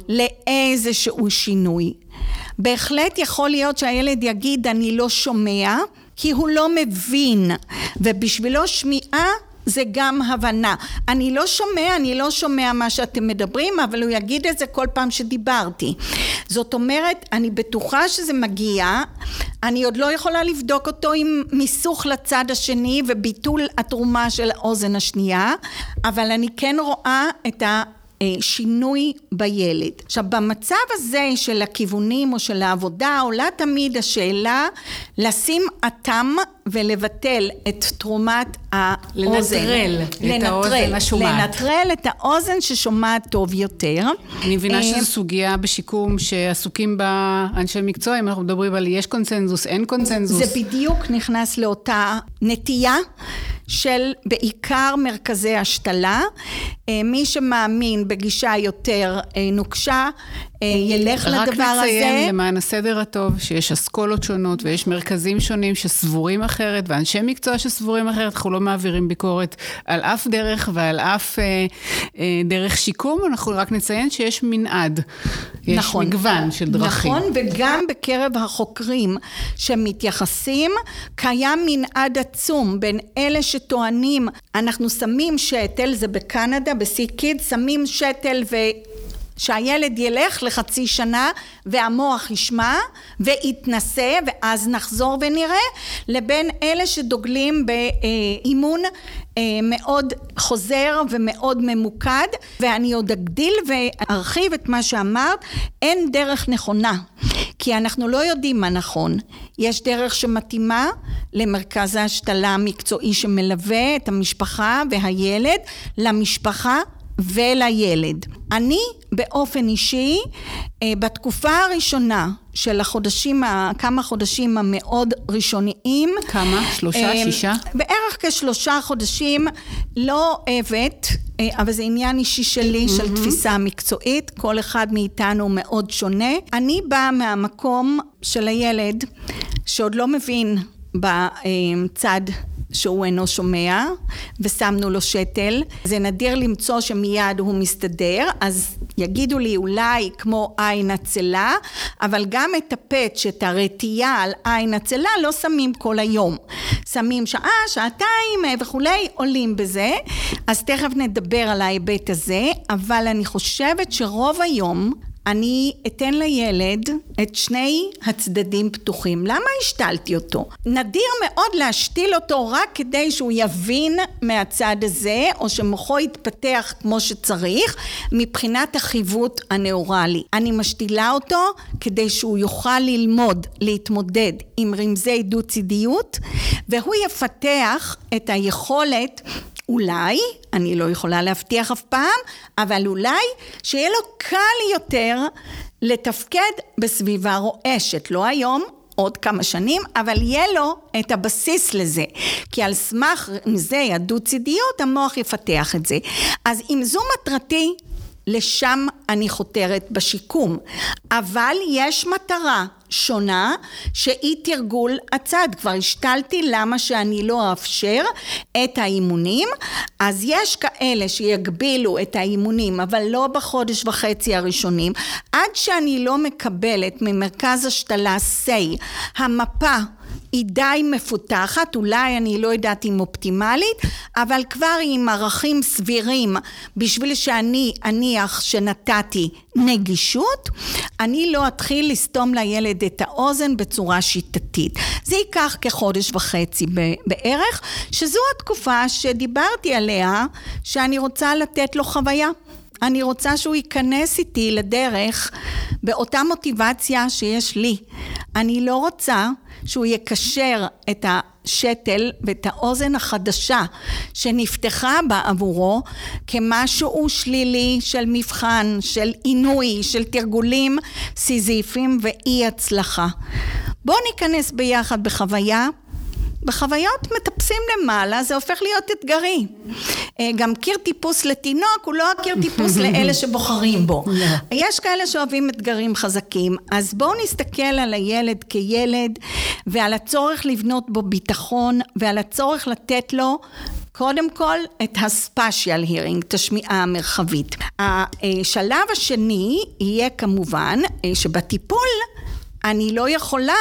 לאיזשהו שינוי. בהחלט יכול להיות שהילד יגיד, אני לא שומע, כי הוא לא מבין, ובשבילו שמיעה זה גם הבנה. אני לא שומע, אני לא שומע מה שאתם מדברים, אבל הוא יגיד את זה כל פעם שדיברתי. זאת אומרת, אני בטוחה שזה מגיע, אני עוד לא יכולה לבדוק אותו עם מיסוך לצד השני וביטול התרומה של האוזן השנייה, אבל אני כן רואה את ה... שינוי בילד. עכשיו, במצב הזה של הכיוונים או של העבודה, עולה תמיד השאלה לשים אטם ולבטל את תרומת האוזן.
לנטרל את האוזן השומעת.
לנטרל את האוזן ששומעת טוב יותר.
אני מבינה שזו סוגיה בשיקום שעסוקים בה אנשי מקצוע, אם אנחנו מדברים על יש קונצנזוס, אין קונצנזוס.
זה בדיוק נכנס לאותה נטייה של בעיקר מרכזי השתלה. מי שמאמין בגישה יותר נוקשה, ילך לדבר הזה.
רק נציין למען הסדר הטוב, שיש אסכולות שונות ויש מרכזים שונים שסבורים אחרת, ואנשי מקצוע שסבורים אחרת, אנחנו לא מעבירים ביקורת על אף דרך ועל אף אה, אה, דרך שיקום, אנחנו רק נציין שיש מנעד, יש נכון, מגוון של דרכים.
נכון, וגם בקרב החוקרים שמתייחסים, קיים מנעד עצום בין אלה שטוענים, אנחנו שמים שתל, זה בקנדה, בסי-קיד, שמים שתל ו... שהילד ילך לחצי שנה והמוח ישמע ויתנסה ואז נחזור ונראה, לבין אלה שדוגלים באימון מאוד חוזר ומאוד ממוקד. ואני עוד אגדיל וארחיב את מה שאמרת, אין דרך נכונה, כי אנחנו לא יודעים מה נכון. יש דרך שמתאימה למרכז ההשתלה המקצועי שמלווה את המשפחה והילד, למשפחה ולילד. אני באופן אישי, בתקופה הראשונה של החודשים, כמה חודשים המאוד ראשוניים.
כמה? שלושה, שישה?
בערך כשלושה חודשים, לא אוהבת, אבל זה עניין אישי שלי, mm-hmm. של תפיסה מקצועית, כל אחד מאיתנו מאוד שונה. אני באה מהמקום של הילד, שעוד לא מבין בצד שהוא אינו שומע, ושמנו לו שתל. זה נדיר למצוא שמיד הוא מסתדר, אז יגידו לי אולי כמו עין הצלה, אבל גם את הפאץ', את הרתיעה על עין הצלה, לא שמים כל היום. שמים שעה, שעתיים וכולי, עולים בזה. אז תכף נדבר על ההיבט הזה, אבל אני חושבת שרוב היום, אני אתן לילד את שני הצדדים פתוחים. למה השתלתי אותו? נדיר מאוד להשתיל אותו רק כדי שהוא יבין מהצד הזה, או שמוחו יתפתח כמו שצריך, מבחינת החיווט הנאורלי. אני משתילה אותו כדי שהוא יוכל ללמוד, להתמודד עם רמזי דו-צידיות, והוא יפתח את היכולת, אולי, אני לא יכולה להבטיח אף פעם, אבל אולי שיהיה לו קל יותר לתפקד בסביבה רועשת. לא היום, עוד כמה שנים, אבל יהיה לו את הבסיס לזה. כי על סמך זה הדו-צידיות, המוח יפתח את זה. אז אם זו מטרתי, לשם אני חותרת בשיקום, אבל יש מטרה שונה שהיא תרגול הצד. כבר השתלתי למה שאני לא אאפשר את האימונים, אז יש כאלה שיגבילו את האימונים, אבל לא בחודש וחצי הראשונים, עד שאני לא מקבלת ממרכז השתלה סי, המפה היא די מפותחת, אולי אני לא יודעת אם אופטימלית, אבל כבר עם ערכים סבירים, בשביל שאני אניח שנתתי נגישות, אני לא אתחיל לסתום לילד את האוזן בצורה שיטתית. זה ייקח כחודש וחצי בערך, שזו התקופה שדיברתי עליה, שאני רוצה לתת לו חוויה. אני רוצה שהוא ייכנס איתי לדרך באותה מוטיבציה שיש לי. אני לא רוצה שהוא יקשר את השתל ואת האוזן החדשה שנפתחה בעבורו כמשהו שלילי של מבחן, של עינוי, של תרגולים סיזיפיים ואי הצלחה. בואו ניכנס ביחד בחוויה. בחוויות מטפסים למעלה, זה הופך להיות אתגרי. גם קיר טיפוס לתינוק, הוא לא הקיר טיפוס לאלה שבוחרים בו. יש כאלה שאוהבים אתגרים חזקים, אז בואו נסתכל על הילד כילד, ועל הצורך לבנות בו ביטחון, ועל הצורך לתת לו, קודם כל, את הספיישל הירינג, את השמיעה המרחבית. השלב השני יהיה כמובן, שבטיפול אני לא יכולה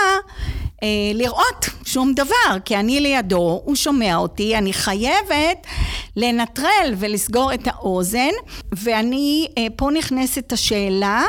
לראות שום דבר, כי אני לידו, הוא שומע אותי, אני חייבת לנטרל ולסגור את האוזן, ואני, פה נכנסת השאלה,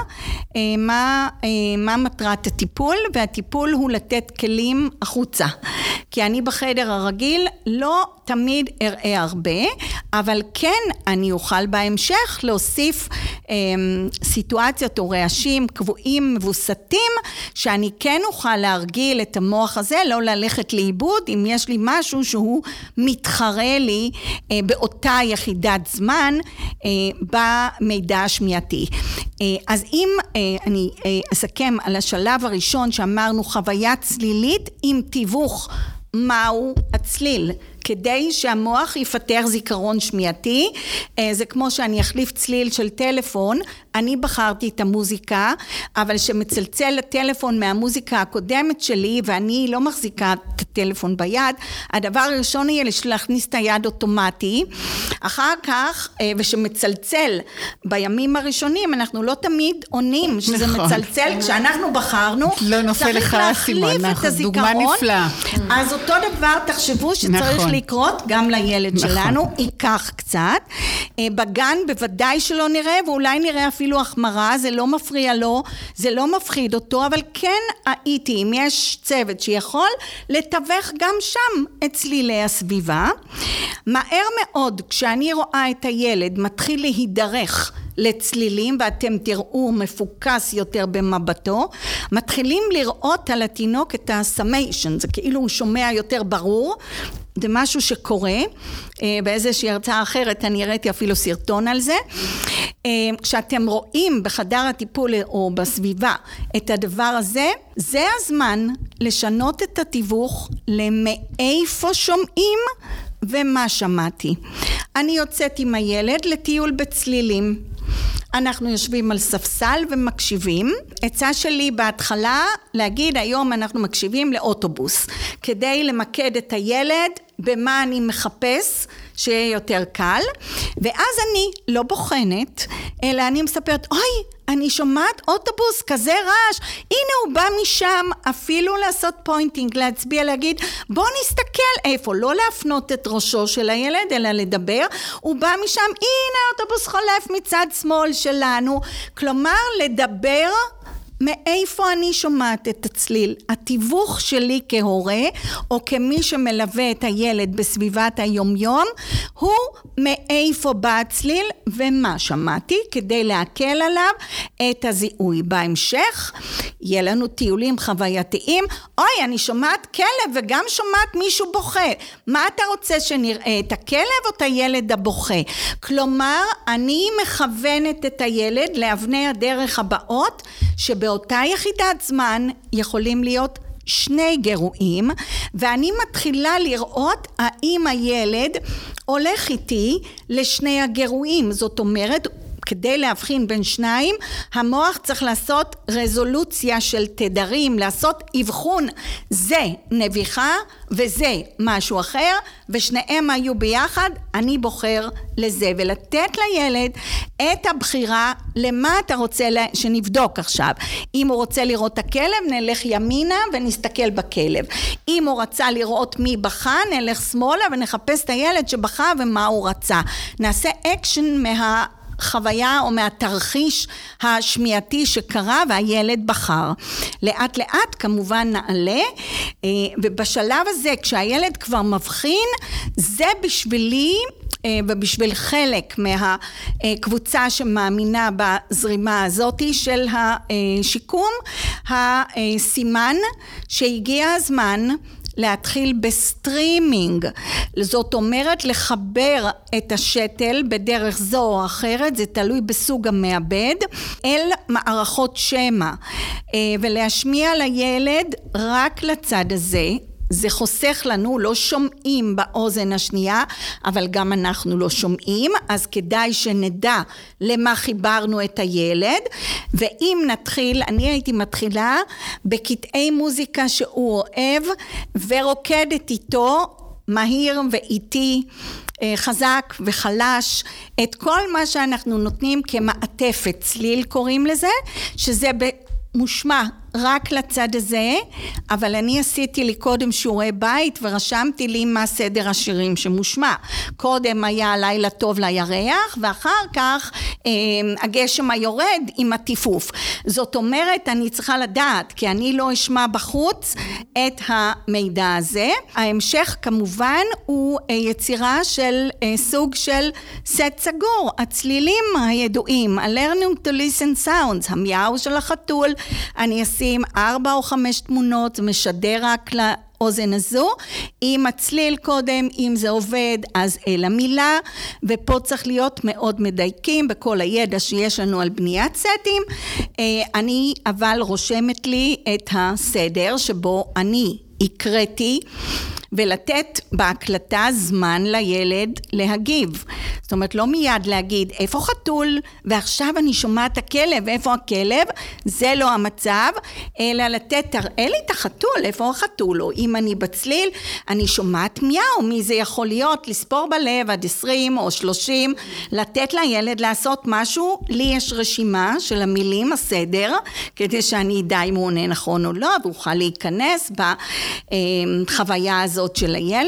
מה, מה מטרת הטיפול, והטיפול הוא לתת כלים החוצה, כי אני בחדר הרגיל לא תמיד אראה הרבה, אבל כן אני אוכל בהמשך להוסיף אה, סיטואציות או רעשים קבועים מבוסתים, שאני כן אוכל להרגיל את המוח הזה, לא ללכת לאיבוד, אם יש לי משהו שהוא מתחרה לי אה, באותה יחידת זמן אה, במידע השמיעתי. אה, אז אם אה, אני אה, אסכם על השלב הראשון שאמרנו חוויה צלילית עם תיווך מהו הצליל, כדי שהמוח יפתח זיכרון שמיעתי. זה כמו שאני אחליף צליל של טלפון, אני בחרתי את המוזיקה, אבל שמצלצל הטלפון מהמוזיקה הקודמת שלי, ואני לא מחזיקה את הטלפון ביד, הדבר הראשון יהיה להכניס את היד אוטומטי, אחר כך, ושמצלצל בימים הראשונים, אנחנו לא תמיד עונים שזה מצלצל, כשאנחנו בחרנו, צריך להחליף את הזיכרון, אז אותו דבר תחשבו שצריך לקרות גם לילד שלנו, ייקח קצת, בגן בוודאי שלא נראה, ואולי נראה אפילו החמרה, זה לא מפריע לו, זה לא מפחיד אותו, אבל כן הייתי, אם יש צוות שיכול, לתווך גם שם את צלילי הסביבה. מהר מאוד, כשאני רואה את הילד מתחיל להידרך לצלילים, ואתם תראו מפוקס יותר במבטו, מתחילים לראות על התינוק את הסמיישן, זה כאילו הוא שומע יותר ברור, זה משהו שקורה, באיזושהי הרצאה אחרת אני ראיתי אפילו סרטון על זה. כשאתם רואים בחדר הטיפול או בסביבה את הדבר הזה, זה הזמן לשנות את התיווך למאיפה שומעים ומה שמעתי. אני יוצאת עם הילד לטיול בצלילים, אנחנו יושבים על ספסל ומקשיבים. עצה שלי בהתחלה להגיד היום אנחנו מקשיבים לאוטובוס, כדי למקד את הילד במה אני מחפש שיהיה יותר קל, ואז אני לא בוחנת, אלא אני מספרת, אוי, אני שומעת אוטובוס כזה רעש, הנה הוא בא משם, אפילו לעשות פוינטינג, להצביע, להגיד, בוא נסתכל איפה, לא להפנות את ראשו של הילד, אלא לדבר, הוא בא משם, הנה האוטובוס חולף מצד שמאל שלנו, כלומר לדבר מאיפה אני שומעת את הצליל. התיווך שלי כהורה או כמי שמלווה את הילד בסביבת היומיום הוא מאיפה בא הצליל ומה שמעתי, כדי להקל עליו את הזיהוי. בהמשך יהיה לנו טיולים חווייתיים, אוי אני שומעת כלב וגם שומעת מישהו בוכה, מה אתה רוצה שנראה, את הכלב או את הילד הבוכה? כלומר אני מכוונת את הילד לאבני הדרך הבאות, שבאותה יחידת זמן יכולים להיות שני גירויים, ואני מתחילה לראות האם הילד הולך איתי לשני הגירויים. זאת אומרת, כדי להבחין בין שניים, המוח צריך לעשות רזולוציה של תדרים, לעשות אבחון, זה נביחה וזה משהו אחר, ושניהם היו ביחד, אני בוחר לזה, ולתת לילד את הבחירה למה אתה רוצה שנבדוק עכשיו. אם הוא רוצה לראות את הכלב, נלך ימינה ונסתכל בכלב. אם הוא רצה לראות מי בכה, נלך שמאלה ונחפש את הילד שבכה ומה הוא רצה. נעשה אקשן מה... חוויה או מהתרחיש השמיעתי שקרה והילד בחר. לאט לאט כמובן נעלה, ובשלב הזה כשהילד כבר מבחין, זה בשבילי ובשביל חלק מהקבוצה שמאמינה בזרימה הזאת של השיקום, הסימן שהגיע הזמן להתחיל בסטרימינג, זאת אומרת לחבר את השתל בדרך זו או אחרת, זה תלוי בסוג המעבד, אל מערכות שמע, ולהשמיע לילד רק לצד הזה. זה חוסך לנו, לא שומעים באוזן השנייה, אבל גם אנחנו לא שומעים, אז כדאי שנדע למה חיברנו את הילד, ואם נתחיל, אני הייתי מתחילה בקטעי מוזיקה שהוא אוהב, ורוקדת איתו, מהיר ואיטי, חזק וחלש, את כל מה שאנחנו נותנים כמעטפת צליל קוראים לזה, שזה מושמע רק לצד הזה, אבל אני עשיתי לי קודם שיעורי בית ורשמתי לי מה סדר השירים שמושמע. קודם היה לילה טוב לירח, ואחר כך אה, הגשם היורד עם הטיפוף. זאת אומרת, אני צריכה לדעת, כי אני לא אשמע בחוץ את המידע הזה. ההמשך כמובן הוא אה, יצירה של אה, סוג של סט סגור, הצלילים הידועים, learning to listen sounds, המיהו של החתול, אני אשים ארבע או חמש תמונות, משדר רק לאוזן הזו, עם הצליל קודם, אם זה עובד, אז אל המילה, ופה צריך להיות מאוד מדייקים בכל הידע שיש לנו על בניית סטים. אני אבל רושמת לי את הסדר שבו אני הקראתי, ולתת בהקלטה זמן לילד להגיב. זאת אומרת, לא מיד להגיד, איפה חתול? ועכשיו אני שומעת הכלב, איפה הכלב? זה לא המצב, אלא לתת, תראה לי את החתול, איפה החתול? או אם אני בצליל, אני שומעת מיהו, מי זה יכול להיות? לספור בלב עד עשרים או שלושים, לתת לילד לעשות משהו, לי יש רשימה של המילים, הסדר, כדי שאני אדע אם הוא עונה נכון או לא, ואוכל להיכנס בחוויה הזאת, של הילד.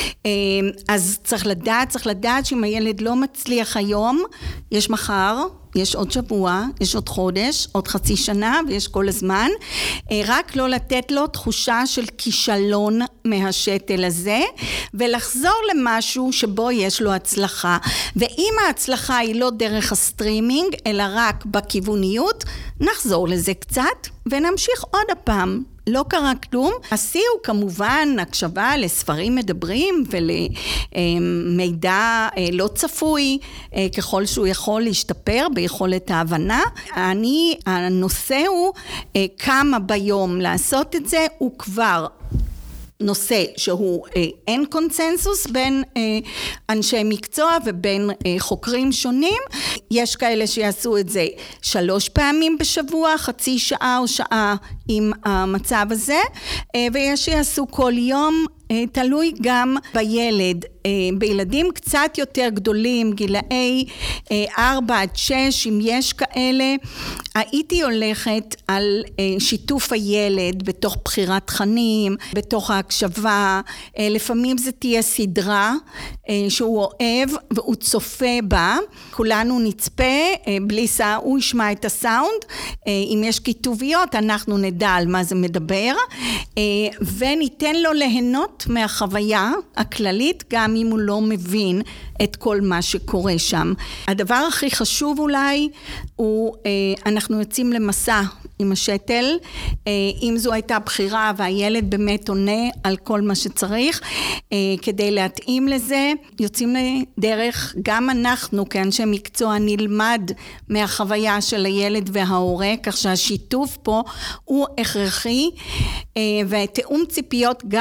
אז צריך לדעת, צריך לדעת שאם הילד לא מצליח היום, יש מחר, יש עוד שבוע, יש עוד חודש, עוד חצי שנה, ויש כל הזמן, רק לא לתת לו תחושה של כישלון מהשתל הזה, ולחזור למשהו שבו יש לו הצלחה. ואם ההצלחה היא לא דרך הסטרימינג, אלא רק בכיווניות, נחזור לזה קצת, ונמשיך עוד הפעם. לא קרה כלום. השיא הוא כמובן הקשבה לספרים מדברים ולמידע לא צפוי, ככל שהוא יכול להשתפר ביכולת ההבנה. אני, הנושא הוא כמה ביום לעשות את זה, הוא כבר נושא שהוא אה, אין קונצנזוס בין אה, אנשי מקצוע ובין אה, חוקרים שונים. יש כאלה שיעשו את זה שלוש פעמים בשבוע, חצי שעה או שעה עם המצב הזה, אה, ויש שיעשו כל יום, אה, תלוי גם בילד. אה, בילדים קצת יותר גדולים, גילאי אה, ארבע עד שש, אם יש כאלה, הייתי הולכת על אה, שיתוף הילד בתוך בחירת תכנים, בתוך ההקשבה, אה, לפעמים זה תהיה סדרה אה, שהוא אוהב והוא צופה בה, כולנו נצפה, אה, בלי סע, הוא ישמע את הסאונד, אה, אם יש כיתוביות אנחנו נדע על מה זה מדבר, אה, וניתן לו ליהנות מהחוויה הכללית, גם אם הוא לא מבין את כל מה שקורה שם. הדבר הכי חשוב אולי הוא, אנחנו יוצאים למסע עם השתל, אם זו הייתה בחירה והילד באמת עונה על כל מה שצריך, כדי להתאים לזה, יוצאים לדרך, גם אנחנו כאנשי מקצוע נלמד מהחוויה של הילד וההורה, כך שהשיתוף פה הוא הכרחי, ותאום ציפיות גם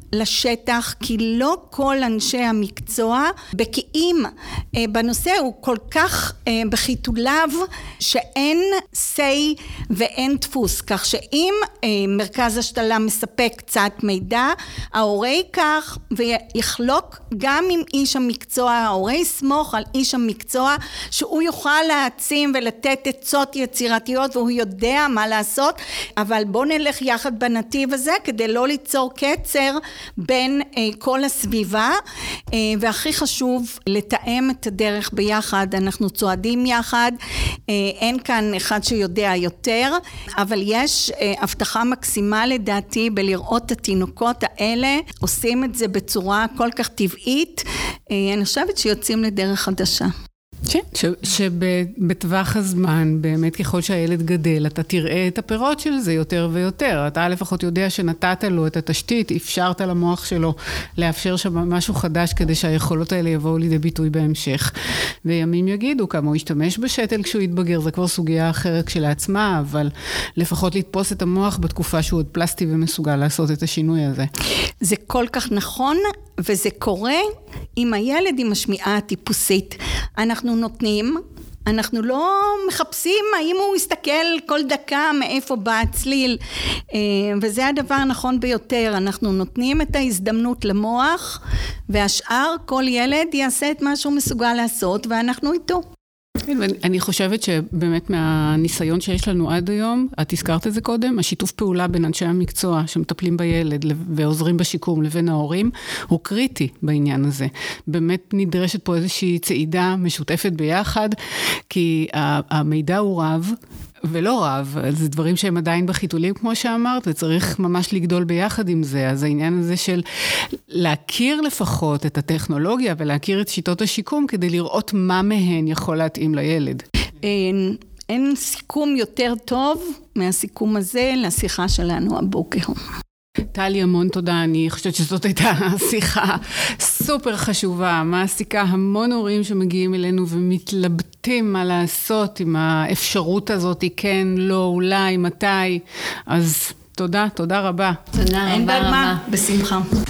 לשטח, כי לא כל אנשי המקצוע בקיאים בנושא, הוא כל כך בחיתוליו שאין say ואין דפוס, כך שאם מרכז השתלה מספק קצת מידע, ההורה ייקח ויחלוק גם עם איש המקצוע, ההורה יסמוך על איש המקצוע שהוא יוכל להעצים ולתת עצות יצירתיות והוא יודע מה לעשות, אבל בוא נלך יחד בנתיב הזה כדי לא ליצור קצר בין אה, כל הסביבה, אה, והכי חשוב לתאם את הדרך ביחד, אנחנו צועדים יחד, אה, אין כאן אחד שיודע יותר, אבל יש אה, הבטחה מקסימה לדעתי בלראות את התינוקות האלה, עושים את זה בצורה כל כך טבעית, אה, אני חושבת שיוצאים לדרך חדשה.
כן, שבטווח הזמן, באמת ככל שהילד גדל, אתה תראה את הפירות של זה יותר ויותר. אתה לפחות יודע שנתת לו את התשתית, אפשרת למוח שלו לאפשר שם משהו חדש כדי שהיכולות האלה יבואו לידי ביטוי בהמשך. וימים יגידו כמה הוא ישתמש בשתל כשהוא יתבגר, זה כבר סוגיה אחרת כשלעצמה, אבל לפחות לתפוס את המוח בתקופה שהוא עוד פלסטי ומסוגל לעשות את השינוי הזה.
זה כל כך נכון, וזה קורה עם הילד עם השמיעה הטיפוסית. אנחנו נותנים, אנחנו לא מחפשים האם הוא יסתכל כל דקה מאיפה בא הצליל, וזה הדבר הנכון ביותר. אנחנו נותנים את ההזדמנות למוח, והשאר כל ילד יעשה את מה שהוא מסוגל לעשות, ואנחנו איתו.
אני חושבת שבאמת מהניסיון שיש לנו עד היום, את הזכרת את זה קודם, השיתוף פעולה בין אנשי המקצוע שמטפלים בילד ועוזרים בשיקום לבין ההורים, הוא קריטי בעניין הזה. באמת נדרשת פה איזושהי צעידה משותפת ביחד, כי המידע הוא רב, ולא רב, זה דברים שהם עדיין בחיתולים כמו שאמרת, וצריך ממש לגדול ביחד עם זה, אז העניין הזה של להכיר לפחות את הטכנולוגיה, ולהכיר את שיטות השיקום, כדי לראות מה מהן יכול להתאים לילד.
אין, אין סיכום יותר טוב מהסיכום הזה לשיחה שלנו הבוקר.
טלי, המון תודה, אני חושבת שזאת הייתה שיחה סופר חשובה, מעסיקה המון הורים שמגיעים אלינו ומתלבטים מה לעשות עם האפשרות הזאת, כן, לא, אולי, מתי, אז תודה, תודה רבה.
תודה רבה רבה.
אין במה, בשמחה.